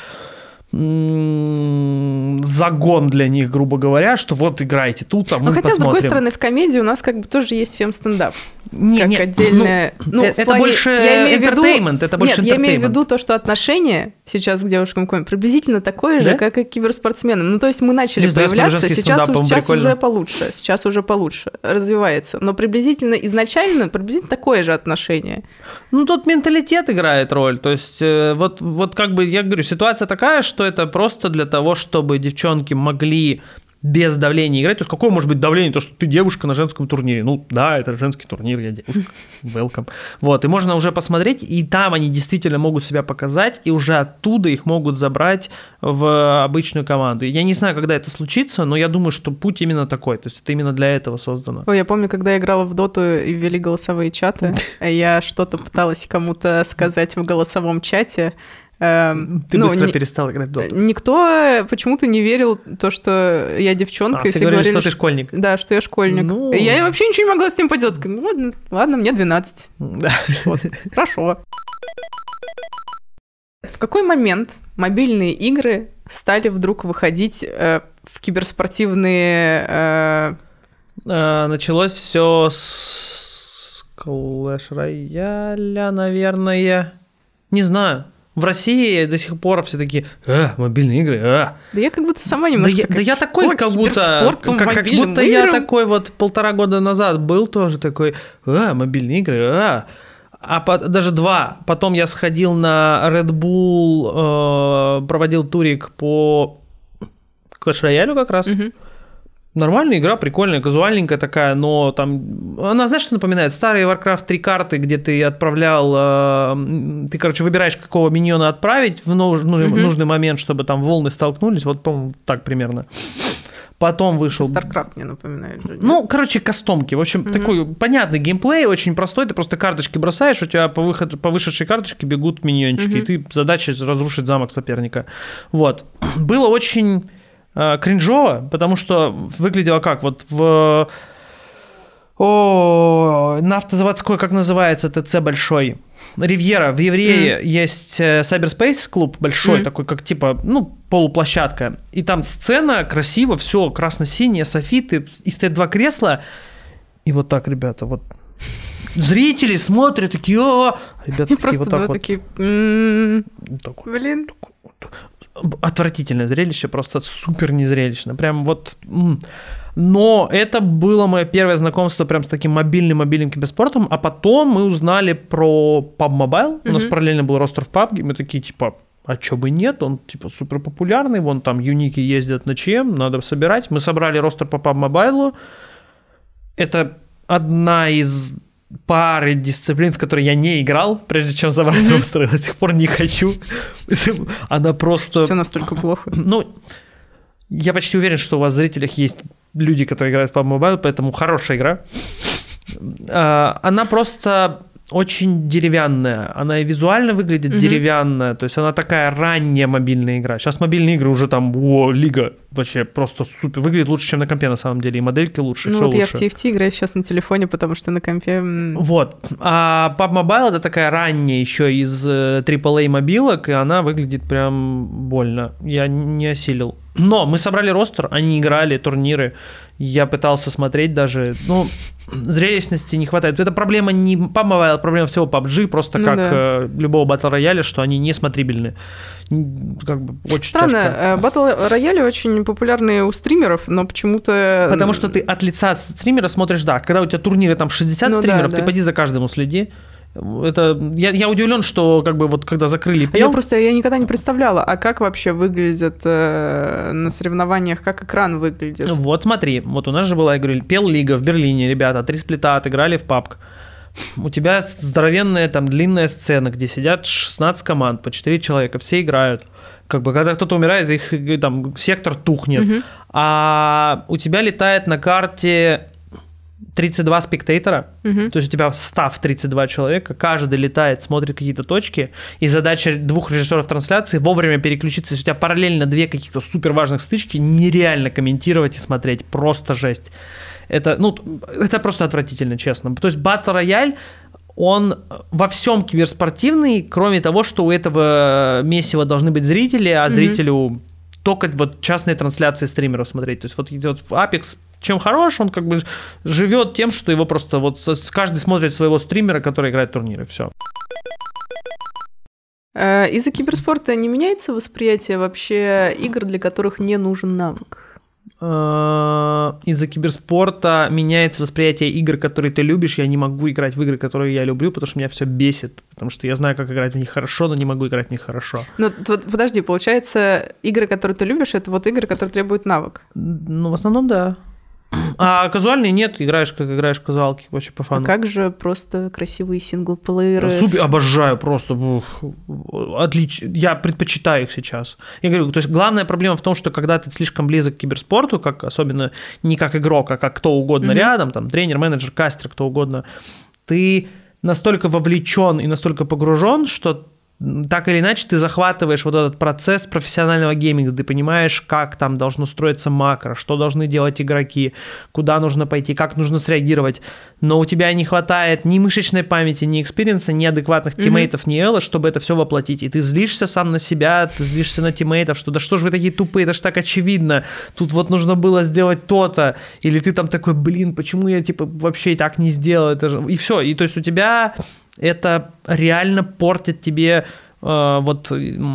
загон для них, грубо говоря, что вот играйте тут, а мы хотя, посмотрим. с другой стороны, в комедии у нас как бы тоже есть фем-стендап. Как отдельное... это больше entertainment, это больше entertainment. Я имею в виду то, что отношение сейчас к девушкам приблизительно такое же, как и к киберспортсменам. То есть мы начали появляться, сейчас уже получше развивается. Но приблизительно изначально такое же отношение. Тут менталитет играет роль. То есть вот как бы, я говорю, ситуация такая, что это просто для того, чтобы девчонки могли без давления играть. То есть какое может быть давление? То, что ты девушка на женском турнире. Да, это женский турнир, я девушка. Welcome. Вот, и можно уже посмотреть, и там они действительно могут себя показать, и уже оттуда их могут забрать в обычную команду. Я не знаю, когда это случится, но я думаю, что путь именно такой. То есть это именно для этого создано. Я помню, когда я играла в доту и ввели голосовые чаты, я что-то пыталась кому-то сказать в голосовом чате. Ты быстро перестал играть в доту. Никто почему-то не верил то, что я девчонка. Все говорили, что ты школьник. Да, что я школьник. Я вообще ничего не могла с этим поделать. Ладно, мне 12. Вот, хорошо. В какой момент мобильные игры стали вдруг выходить в киберспортивные... Началось все с Clash Royale, наверное. Не знаю. В России до сих пор все такие, мобильные игры, Да я как будто сама немножко... Да я такой, как будто я такой вот 1,5 года назад был тоже такой, мобильные игры, даже 2. Потом я сходил на Red Bull, проводил турик по Clash Royale как раз. Нормальная игра, прикольная, казуальненькая такая, но там... Она, знаешь, что напоминает? Старые Warcraft 3 карты, где ты отправлял... Ты, выбираешь, какого миньона отправить в нужный момент, чтобы там волны столкнулись. Вот, по-моему, так примерно. Потом вышел... StarCraft мне напоминает. Кастомки. В общем, такой понятный геймплей, очень простой. Ты просто карточки бросаешь, у тебя по вышедшей карточке бегут миньончики, и ты задача разрушить замок соперника. Вот. Было очень... кринжово, потому что выглядело как вот в на автозаводской, как называется, ТЦ большой, Ривьера, в Еврее есть Cyberspace клуб большой, такой как типа, полуплощадка, и там сцена, красиво, все красно-синее, софиты, и стоят 2 кресла, и вот так, ребята, вот зрители смотрят, такие, ребята, и просто вот такие, так вот. блин. отвратительное зрелище, просто супер незрелищно. Прям вот... Но это было мое первое знакомство прям с таким мобильным киберспортом, а потом мы узнали про PUBG Mobile, у нас параллельно был ростер в PUBG, мы такие, типа, а чё бы нет, он, типа, супер популярный, вон там юники ездят на ЧМ, надо собирать. Мы собрали ростер по PUBG Mobile, это одна из пары дисциплин, в которые я не играл, прежде чем забрать ростер, я до сих пор не хочу. Она просто... Все настолько плохо. Ну, я почти уверен, что у вас в зрителях есть люди, которые играют в PUBG Mobile, поэтому хорошая игра. Она просто очень деревянная. Она и визуально выглядит деревянная. То есть она такая ранняя мобильная игра. Сейчас мобильные игры уже там, лига вообще просто супер. Выглядит лучше, чем на компе на самом деле. И модельки лучше, все вот лучше. Я в TFT играю сейчас на телефоне, потому что на компе... Вот. А PUBG Mobile это такая ранняя еще из AAA мобилок, и она выглядит прям больно. Я не осилил. Но мы собрали ростер, они играли, турниры. Я пытался смотреть даже. Ну, зрелищности не хватает. Это проблема не PUBG Mobile, проблема всего PUBG, просто как любого батл рояля, что они не смотрибельны. Как бы очень странно, тяжко. Батл рояли очень популярны у стримеров, но почему-то... Потому что ты от лица стримера смотришь, да. Когда у тебя турниры там 60 стримеров, ты поди за каждому следи. Это, я удивлен, что как бы вот когда закрыли пел... Я никогда не представляла, а как вообще выглядят на соревнованиях, как экран выглядит? Вот смотри, вот у нас же была, я говорю, пел лига в Берлине, ребята, 3 сплита отыграли в PUBG. У тебя здоровенная там длинная сцена, где сидят 16 команд, по 4 человека, все играют. Как бы когда кто-то умирает, их там сектор тухнет. А у тебя летает на карте 32 спектатора, то есть у тебя став 32 человека, каждый летает, смотрит какие-то точки, и задача 2 режиссеров трансляции вовремя переключиться, если у тебя параллельно 2 каких-то супер важных стычки, нереально комментировать и смотреть, просто жесть. Это просто отвратительно, честно. То есть Battle Royale, он во всем киберспортивный, кроме того, что у этого месива должны быть зрители, а зрителю только вот частные трансляции стримеров смотреть. То есть вот Apex чем хорош, он как бы живет тем, что его просто вот каждый смотрит своего стримера, который играет в турниры, все. Из-за киберспорта не меняется восприятие вообще игр, для которых не нужен навык? Из-за киберспорта меняется восприятие игр, которые ты любишь. Я не могу играть в игры, которые я люблю, потому что меня все бесит. Потому что я знаю, как играть в них хорошо, но не могу играть в них хорошо. Ну, подожди, получается, игры, которые ты любишь, это вот игры, которые требуют навык? Ну, в основном, да. А казуальные нет, играешь, как играешь в казуалки, вообще по фану. А как же просто красивые синглплееры? Супер, обожаю просто. Отлично. Я предпочитаю их сейчас. Я говорю, то есть главная проблема в том, что когда ты слишком близок к киберспорту, как особенно не как игрок, а как кто угодно рядом, там тренер, менеджер, кастер, кто угодно, ты настолько вовлечен и настолько погружен, что так или иначе ты захватываешь вот этот процесс профессионального гейминга, ты понимаешь, как там должно строиться макро, что должны делать игроки, куда нужно пойти, как нужно среагировать, но у тебя не хватает ни мышечной памяти, ни экспириенса, ни адекватных тиммейтов, ни элла, чтобы это все воплотить, и ты злишься сам на себя, ты злишься на тиммейтов, что да что же вы такие тупые, это ж так очевидно, тут вот нужно было сделать то-то, или ты там такой, блин, почему я типа вообще так не сделал, это же... и все, и то есть у тебя... Это реально портит тебе вот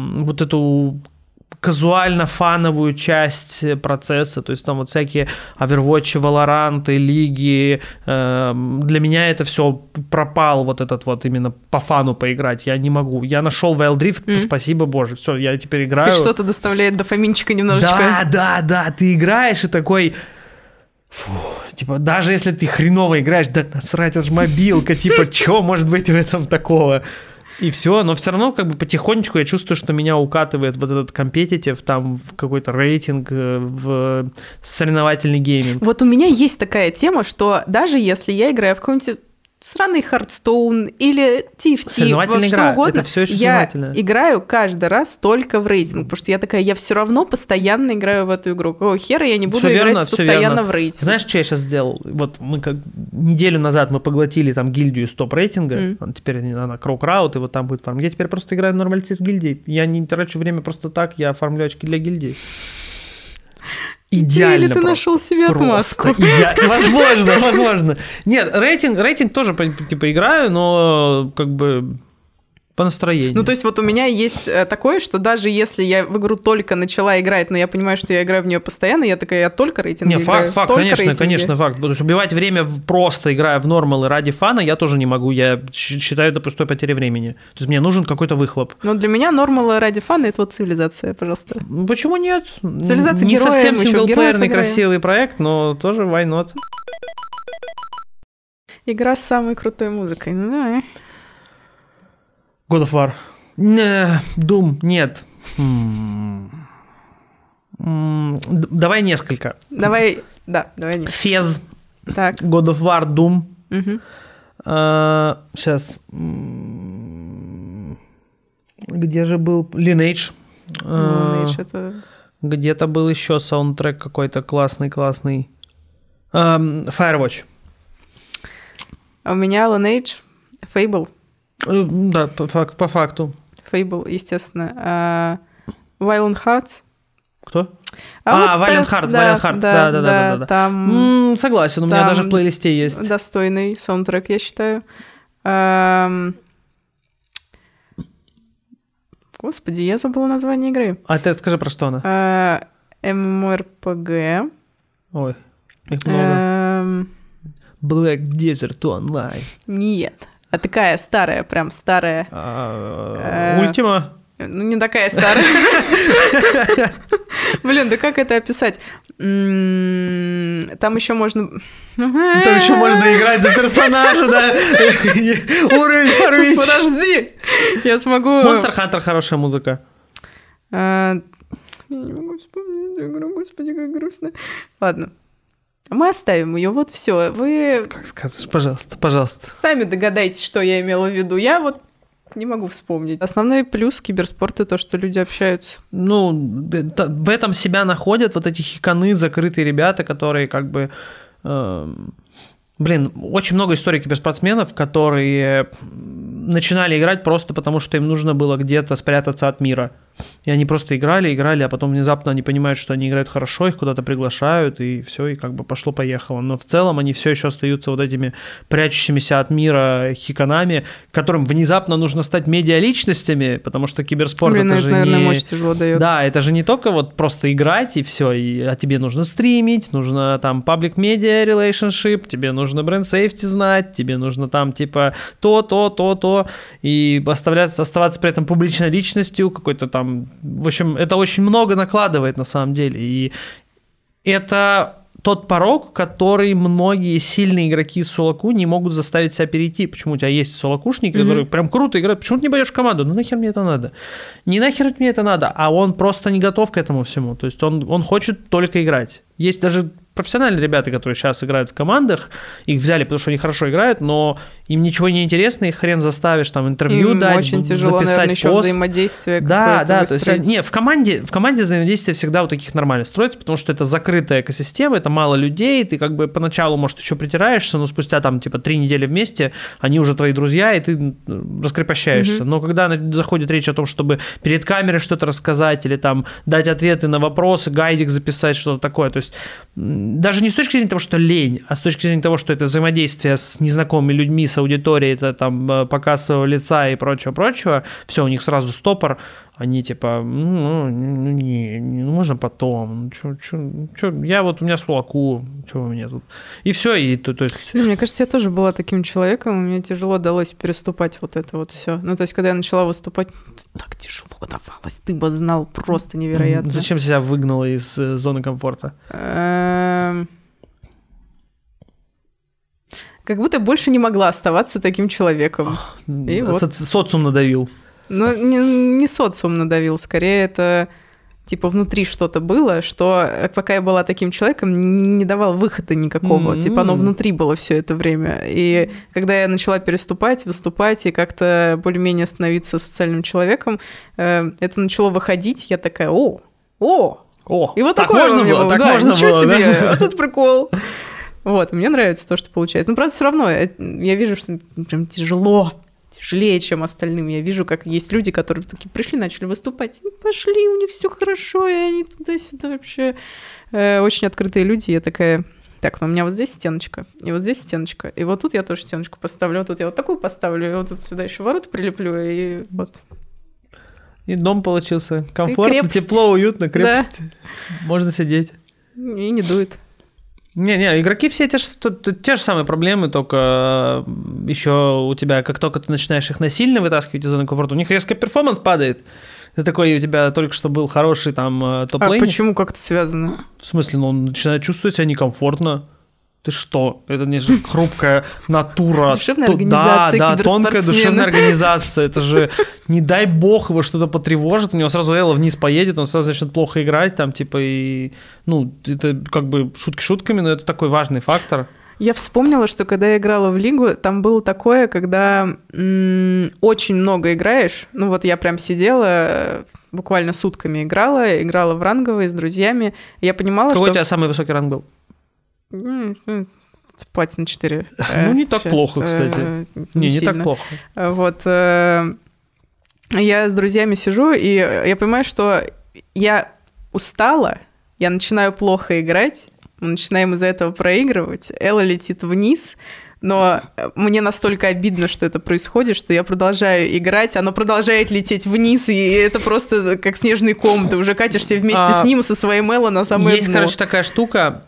эту казуально-фановую часть процесса, то есть там вот всякие Overwatch, Valorant, лиги, для меня это все пропал, вот этот вот именно по фану поиграть, я не могу, я нашел Wild Rift, спасибо боже, все, я теперь играю. Хоть что-то доставляет дофаминчика немножечко. Да, ты играешь и такой... Фу, типа, даже если ты хреново играешь, да насрать, это же мобилка, типа, что может быть в этом такого? И все, но все равно как бы потихонечку я чувствую, что меня укатывает вот этот компетитив, там в какой-то рейтинг, в соревновательный гейминг. Вот у меня есть такая тема, что даже если я играю в какой-нибудь сраный Hearthstone или TFT, во что угодно, это все еще я играю каждый раз только в рейтинг, потому что я такая, я все равно постоянно играю в эту игру. Какого хера я не буду играть постоянно в рейтинг? Знаешь, что я сейчас сделал? Вот мы как неделю назад мы поглотили там гильдию с топ-рейтинга, теперь она Кроукраут, и вот там будет фарм. Я теперь просто играю в нормальцы с гильдией. Я не трачу время просто так, я оформлю очки для гильдии. Идеально. Или ты нашел себе отмазку. Возможно. Нет, рейтинг тоже типа играю, но как бы По настроению. Ну, то есть вот у меня есть такое, что даже если я в игру только начала играть, но я понимаю, что я играю в нее постоянно, я такая, я только рейтинги играю. Факт, конечно, факт. Потому что убивать время просто играя в нормалы ради фана я тоже не могу. Я считаю это пустой потерей времени. То есть мне нужен какой-то выхлоп. Но для меня нормалы ради фана — это вот цивилизация, пожалуйста. Почему нет? Цивилизация не героев, совсем синглплеерный играем. красивый проект, но тоже why not? Игра с самой крутой музыкой. Ну давай. God of War. Doom, нет. Давай несколько. Давай несколько. Фез. Так. God of War, Doom. Угу. Сейчас. Где же был? Lineage. Lineage это... Где-то был еще саундтрек какой-то классный. Firewatch. А у меня Lineage, Fable. Да, по факту. Fable, естественно. Violent Hearts. Кто? Violent Hearts. Да. Там... Согласен, у меня даже в плейлисте есть. Достойный саундтрек, я считаю. Господи, я забыла название игры. А ты скажи, про что она? MMORPG. Ой, их много. Black Desert Online. Нет. А такая старая, прям старая. Ультима? Ну, не такая старая. Блин, да как это описать? Там еще можно... Там еще можно играть за персонажа, да? Уровень порвись. Подожди, я смогу... Monster Hunter хорошая музыка. Я не могу вспомнить эту игру, господи, как грустно. Ладно. Мы оставим ее, вот все. Вы... Как скажешь, пожалуйста. Сами догадайтесь, что я имела в виду. Я вот не могу вспомнить. Основной плюс киберспорта — то, что люди общаются. Ну, в этом себя находят вот эти хиканы, закрытые ребята, которые как бы... очень много историй киберспортсменов, которые начинали играть просто потому, что им нужно было где-то спрятаться от мира. И они просто играли, а потом внезапно они понимают, что они играют хорошо, их куда-то приглашают, и все, и как бы пошло-поехало. Но в целом они все еще остаются вот этими прячущимися от мира хиканами, которым внезапно нужно стать медиаличностями, потому что киберспорт это же наверное, не... очень тяжело дается. Да, это же не только вот просто играть и все, а тебе нужно стримить, нужно там public media relationship, тебе нужно бренд сейфти знать, тебе нужно там типа то, и оставаться при этом публичной личностью, какой-то там... В общем, это очень много накладывает на самом деле, и это тот порог, который многие сильные игроки Солоку не могут заставить себя перейти. Почему у тебя есть солокушники, которые прям круто играют, почему ты не пойдешь в команду? Ну нахер мне это надо? Не нахер мне это надо, а он просто не готов к этому всему, то есть он хочет только играть. Есть даже профессиональные ребята, которые сейчас играют в командах, их взяли, потому что они хорошо играют, но им ничего не интересно, их хрен заставишь там интервью им дать, очень тяжело, записать наверное, еще пост. взаимодействие Да, то выстроить. есть, не, в команде взаимодействие всегда у таких нормально строится, потому что это закрытая экосистема, это мало людей, ты как бы поначалу, может, еще притираешься, но спустя там типа 3 недели вместе они уже твои друзья, и ты раскрепощаешься. Но когда заходит речь о том, чтобы перед камерой что-то рассказать или там дать ответы на вопросы, гайдик записать, что-то такое, то есть даже не с точки зрения того, что лень, а с точки зрения того, что это взаимодействие с незнакомыми людьми, с аудиторией, это там показ своего лица и прочего, все, у них сразу стопор, они типа, можно потом, я вот у меня Солоку, что у меня тут, и все, и то есть... Мне кажется, я тоже была таким человеком, и мне тяжело далось переступать вот это вот все. Ну, то есть, когда я начала выступать, так тяжело давалось, ты бы знал, просто невероятно. Зачем себя выгнала из зоны комфорта? Как будто больше не могла оставаться таким человеком. И вот. Социум надавил. Ну, не социум надавил, скорее это типа внутри что-то было, что пока я была таким человеком, не давал выхода никакого. Типа оно внутри было все это время. И когда я начала переступать, выступать и как-то более-менее становиться социальным человеком, это начало выходить, я такая, о! И вот так такое можно у меня было. Так да, можно ничего было, себе, да? вот этот прикол. Вот, мне нравится то, что получается. Но, правда, все равно я вижу, что прям тяжелее, чем остальным. Я вижу, как есть люди, которые такие пришли, начали выступать, и пошли, у них все хорошо, и они туда-сюда вообще очень открытые люди. Я такая, Так, ну у меня вот здесь стеночка, и вот здесь стеночка, и вот тут я тоже стеночку поставлю, вот тут я вот такую поставлю, и вот тут сюда еще ворота прилеплю, и вот. И дом получился комфортно, тепло, уютно, крепость. Да. Можно сидеть. И не дует. Не, игроки все те же самые проблемы, только еще у тебя, как только ты начинаешь их насильно вытаскивать из зоны комфорта, у них резко перформанс падает. Ты такой, у тебя только что был хороший там топ-лейн. А почему как-то связано? В смысле, ну он начинает чувствовать себя некомфортно. Ты что? Это не же хрупкая натура. Душевная организация, да, тонкая душевная организация. Это же, не дай бог, его что-то потревожит, у него сразу эло вниз поедет, он сразу начнет плохо играть, там, типа, и... Ну, это как бы шутки шутками, но это такой важный фактор. Я вспомнила, что когда я играла в лигу, там было такое, когда очень много играешь. Ну, вот я прям сидела, буквально сутками играла в ранговые с друзьями. Я понимала, Какой у тебя самый высокий ранг был? Платина 4. Ну, не так плохо, кстати. Не так плохо. Вот. Я с друзьями сижу, и я понимаю, что я устала, я начинаю плохо играть, мы начинаем из-за этого проигрывать, Элла летит вниз, но мне настолько обидно, что это происходит, что я продолжаю играть, оно продолжает лететь вниз, и это просто как снежный ком, ты уже катишься вместе с ним, со своим Элло на самое дно. Есть, короче, такая штука,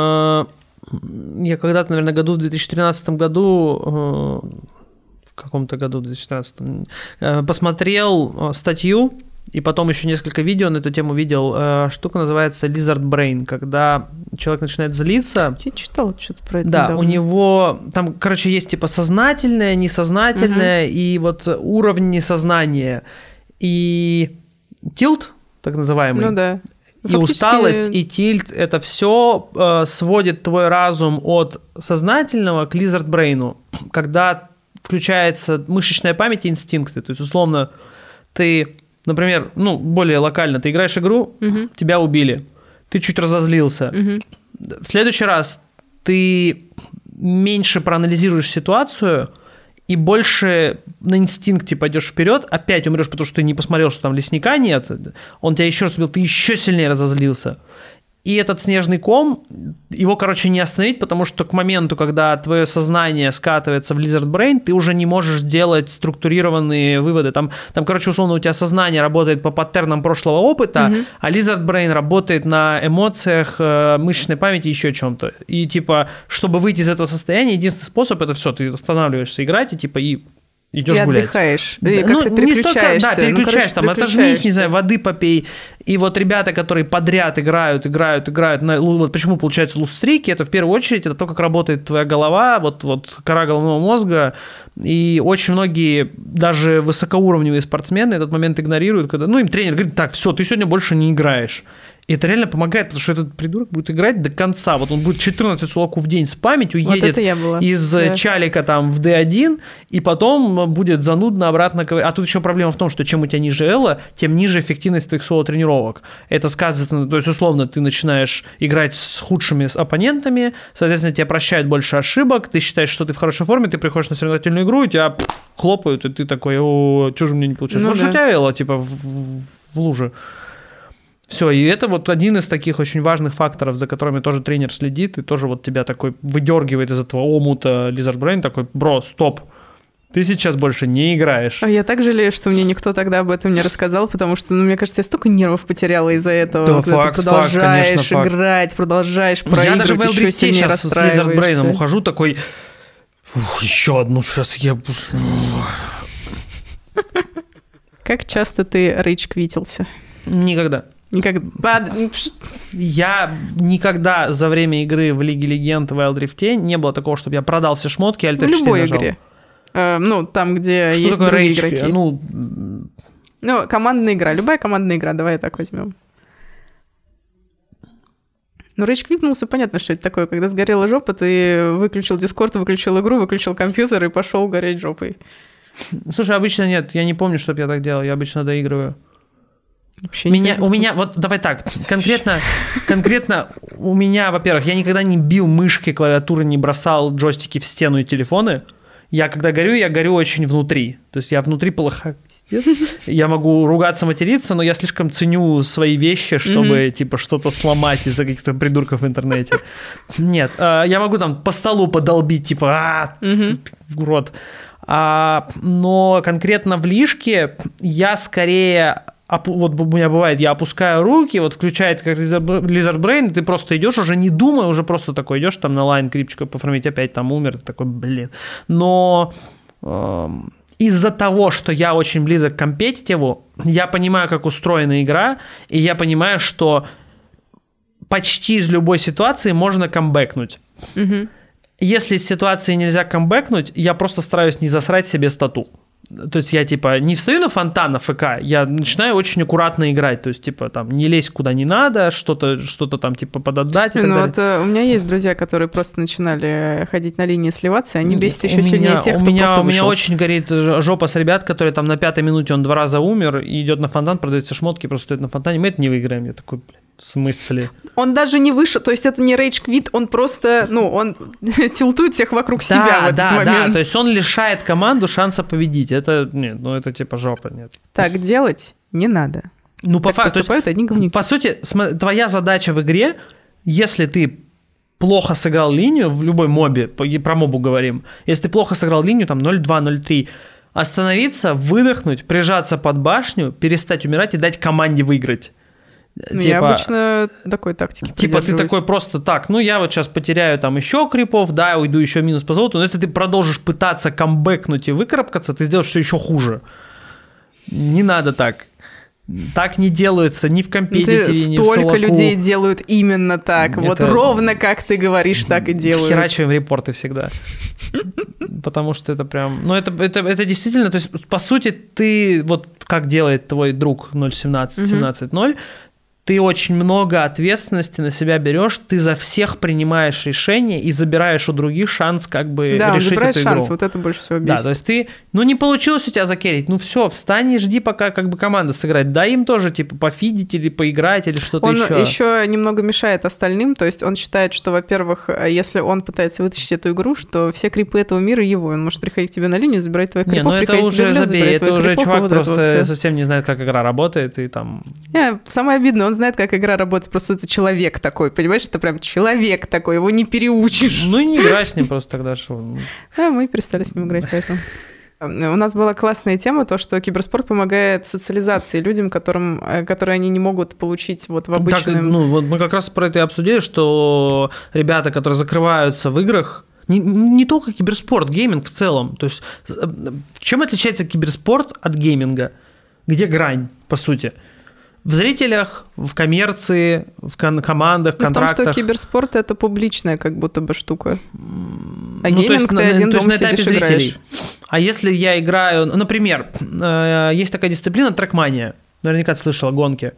я когда-то, наверное, в 2013 году, в каком-то году, 2014, посмотрел статью, и потом еще несколько видео на эту тему видел. Штука называется Lizard Brain, когда человек начинает злиться. Я читала что-то про это. Да, недавно. У него там, короче, есть типа сознательное, несознательное, и вот уровень несознания. И тилт, так называемый. Ну да. И усталость, и тильт, это все сводит твой разум от сознательного к Lizard Brain, когда включается мышечная память и инстинкты. То есть, условно, ты... Например, ну, более локально, ты играешь игру, тебя убили, ты чуть разозлился. В следующий раз ты меньше проанализируешь ситуацию и больше на инстинкте пойдешь вперед, опять умрешь, потому что ты не посмотрел, что там лесника нет, он тебя еще раз убил, ты еще сильнее разозлился. И этот снежный ком, его, короче, не остановить, потому что к моменту, когда твое сознание скатывается в Lizard Brain, ты уже не можешь делать структурированные выводы. Там, короче, условно, у тебя сознание работает по паттернам прошлого опыта, а Lizard Brain работает на эмоциях, мышечной памяти и еще чем-то. И, типа, чтобы выйти из этого состояния, единственный способ — это все, ты останавливаешься играть и, типа, и идешь гулять. Отдыхаешь. Да, и как-то переключаешься. Переключаешь, там, отожмись, не знаю, воды попей. И вот ребята, которые подряд играют, вот почему получаются лузстрики, это в первую очередь это то, как работает твоя голова, вот кора головного мозга. И очень многие, даже высокоуровневые спортсмены этот момент игнорируют, когда, им тренер говорит: так, все, ты сегодня больше не играешь. И это реально помогает, потому что этот придурок будет играть до конца. Вот он будет 14 сулаков в день спамить, уедет из чалика там в D1, и потом будет занудно обратно ковырять. А тут еще проблема в том, что чем у тебя ниже элла, тем ниже эффективность твоих соло-тренировок. Это сказывается, то есть, условно, ты начинаешь играть с худшими оппонентами, соответственно, тебе прощают больше ошибок, ты считаешь, что ты в хорошей форме, ты приходишь на соревновательную игру, и тебя хлопают, и ты такой: о, что же мне не получается? Что у тебя элла, типа, в луже. Все, и это вот один из таких очень важных факторов, за которыми тоже тренер следит, и тоже вот тебя такой выдергивает из этого омута Lizard Brain, такой: бро, стоп, ты сейчас больше не играешь. А я так жалею, что мне никто тогда об этом не рассказал, потому что, мне кажется, я столько нервов потеряла из-за этого. Да, когда ты продолжаешь играть, продолжаешь проигрывать, я даже в еще сильнее сейчас с Lizard Brain ухожу такой: еще одну, сейчас я... Как часто ты рейдж-квитился? Никогда. Я никогда за время игры в Лиге Легенд в Wild Rift не было такого, чтобы я продал все шмотки, Alt F4 в любой нажал. игре. Там, где что есть другие игроки. Командная игра. Любая командная игра. Давай так возьмем. Рейдж квитнулся, понятно, что это такое. Когда сгорела жопа, ты выключил Дискорд, выключил игру, выключил компьютер и пошел гореть жопой. Слушай, обычно нет. Я не помню, чтобы я так делал. Я обычно доигрываю. У меня, вот давай так, конкретно у меня, во-первых, я никогда не бил мышки, клавиатуры, не бросал джойстики в стену и телефоны. Я когда горю, я горю очень внутри. То есть я внутри полыхаю. Я могу ругаться, материться, но я слишком ценю свои вещи, чтобы, типа, что-то сломать из-за каких-то придурков в интернете. Нет, я могу там по столу подолбить, типа, в рот. Но конкретно в лишке я скорее... Вот у меня бывает, я опускаю руки, вот включается как Lizard Brain, и ты просто идешь, уже не думая, уже просто такой идешь там на лайн крипчика пофармить, опять там умер, ты такой, блин. Но из-за того, что я очень близок к компетитиву, я понимаю, как устроена игра, и я понимаю, что почти из любой ситуации можно камбэкнуть. Если из ситуации нельзя камбэкнуть, я просто стараюсь не засрать себе стату. То есть я, типа, не встаю на фонтан на ФК, я начинаю очень аккуратно играть, то есть, типа, там, не лезть куда не надо, что-то там, типа, подотдать и так далее. Вот у меня есть друзья, которые просто начинали ходить на линии, сливаться, и они бесят еще сильнее тех, кто просто вышел. У меня очень горит жопа с ребят, которые там на 5-й минуте он 2 раза умер, и идет на фонтан, продается шмотки, просто стоит на фонтане, мы это не выиграем. Я такой, блин, в смысле? Он даже не вышел, то есть это не рейдж-квит, он просто, он тилтует всех вокруг себя в этот момент. Да, то есть он лишает команду шанса победить. Это, нет, это типа жопа, нет. Так делать не надо. По факту, одни говнюки. По сути, твоя задача в игре, если ты плохо сыграл линию в любой мобе, про мобу говорим, если ты плохо сыграл линию, там 0-2, 0-3, остановиться, выдохнуть, прижаться под башню, перестать умирать и дать команде выиграть. Я обычно такой тактики Типа ты такой просто так, я вот сейчас потеряю там еще крипов, да, уйду еще минус по золоту, но если ты продолжишь пытаться камбэкнуть и выкарабкаться, ты сделаешь все еще хуже. Не надо так. Так не делается ни в компетитиве, ни в солоку. Столько людей делают именно так. Это... Вот ровно как ты говоришь, так и делают. Херачиваем репорты всегда. Потому что это прям... это действительно... То есть, по сути, ты... Вот как делает твой друг 0.17.17.0, ты очень много ответственности на себя берешь, ты за всех принимаешь решения и забираешь у других шанс как бы решить эту игру. Да, шанс, вот это больше всего бесит. Да, то есть ты, не получилось у тебя закерить, все, встань и жди, пока как бы команда сыграет. Дай им тоже, типа, пофидить или поиграть или что-то еще. Он еще немного мешает остальным, то есть он считает, что, во-первых, если он пытается вытащить эту игру, что все крипы этого мира его, он может приходить к тебе на линию, забирать твоих крипов, приходить тебе в лес, забирать твоих крипов. Это уже чувак просто совсем не знает, как игра работает, и там... Самое обидное, он знает, как игра работает, просто это человек такой, понимаешь, это прям человек такой, его не переучишь. И не играй с ним просто тогда, что... Да, мы перестали с ним играть, поэтому... У нас была классная тема, то, что киберспорт помогает социализации людям, которые они не могут получить вот в обычном... Вот мы как раз про это и обсудили, что ребята, которые закрываются в играх, не только киберспорт, гейминг в целом, то есть чем отличается киберспорт от гейминга? Где грань, по сути? В зрителях, в коммерции, в командах, контрактах. В том, что киберспорт – это публичная как будто бы штука. А гейминг ты один дома сидишь и играешь. А если я играю… Например, есть такая дисциплина трекмания. Наверняка ты слышала, гонки.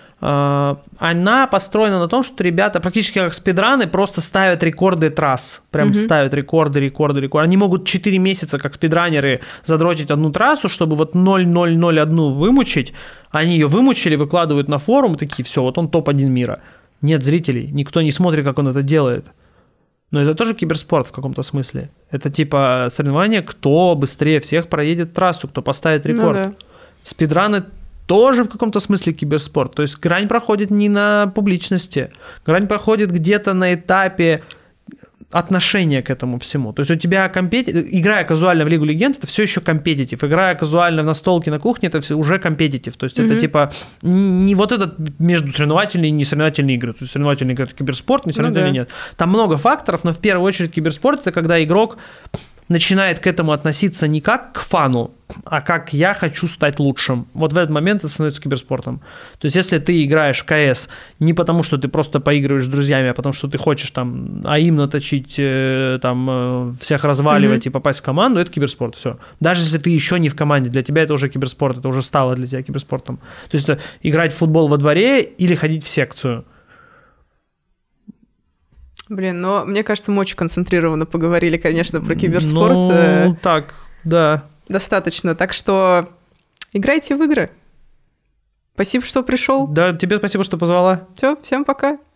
Она построена на том, что ребята практически как спидраны просто ставят рекорды трасс. Прям ставят рекорды. Они могут 4 месяца, как спидранеры, задротить одну трассу, чтобы вот 0.001 вымучить. Они ее вымучили, выкладывают на форум, такие, все, вот он топ-1 мира. Нет зрителей, никто не смотрит, как он это делает. Но это тоже киберспорт в каком-то смысле. Это типа соревнование, кто быстрее всех проедет трассу, кто поставит рекорд. Спидраны тоже в каком-то смысле киберспорт. То есть грань проходит не на публичности, грань проходит где-то на этапе отношения к этому всему. То есть у тебя играя казуально в Лигу Легенд, это все еще компетитив. Играя казуально в настолке на кухне, это все уже компетитив. То есть это типа не вот этот между соревновательные и несоревновательные игры. То есть соревновательные игры — это киберспорт, несоревновательные нет. Там много факторов, но в первую очередь киберспорт — это когда игрок начинает к этому относиться не как к фану, а как я хочу стать лучшим. Вот в этот момент это становится киберспортом. То есть если ты играешь в КС не потому, что ты просто поигрываешь с друзьями, а потому что ты хочешь там аимно точить, там, всех разваливать и попасть в команду, это киберспорт, все. Даже если ты еще не в команде, для тебя это уже киберспорт, это уже стало для тебя киберспортом. То есть это играть в футбол во дворе или ходить в секцию. Блин, но мне кажется, мы очень концентрированно поговорили, конечно, про киберспорт. Так, да. Достаточно. Так что играйте в игры. Спасибо, что пришел. Да, тебе спасибо, что позвала. Все, всем пока.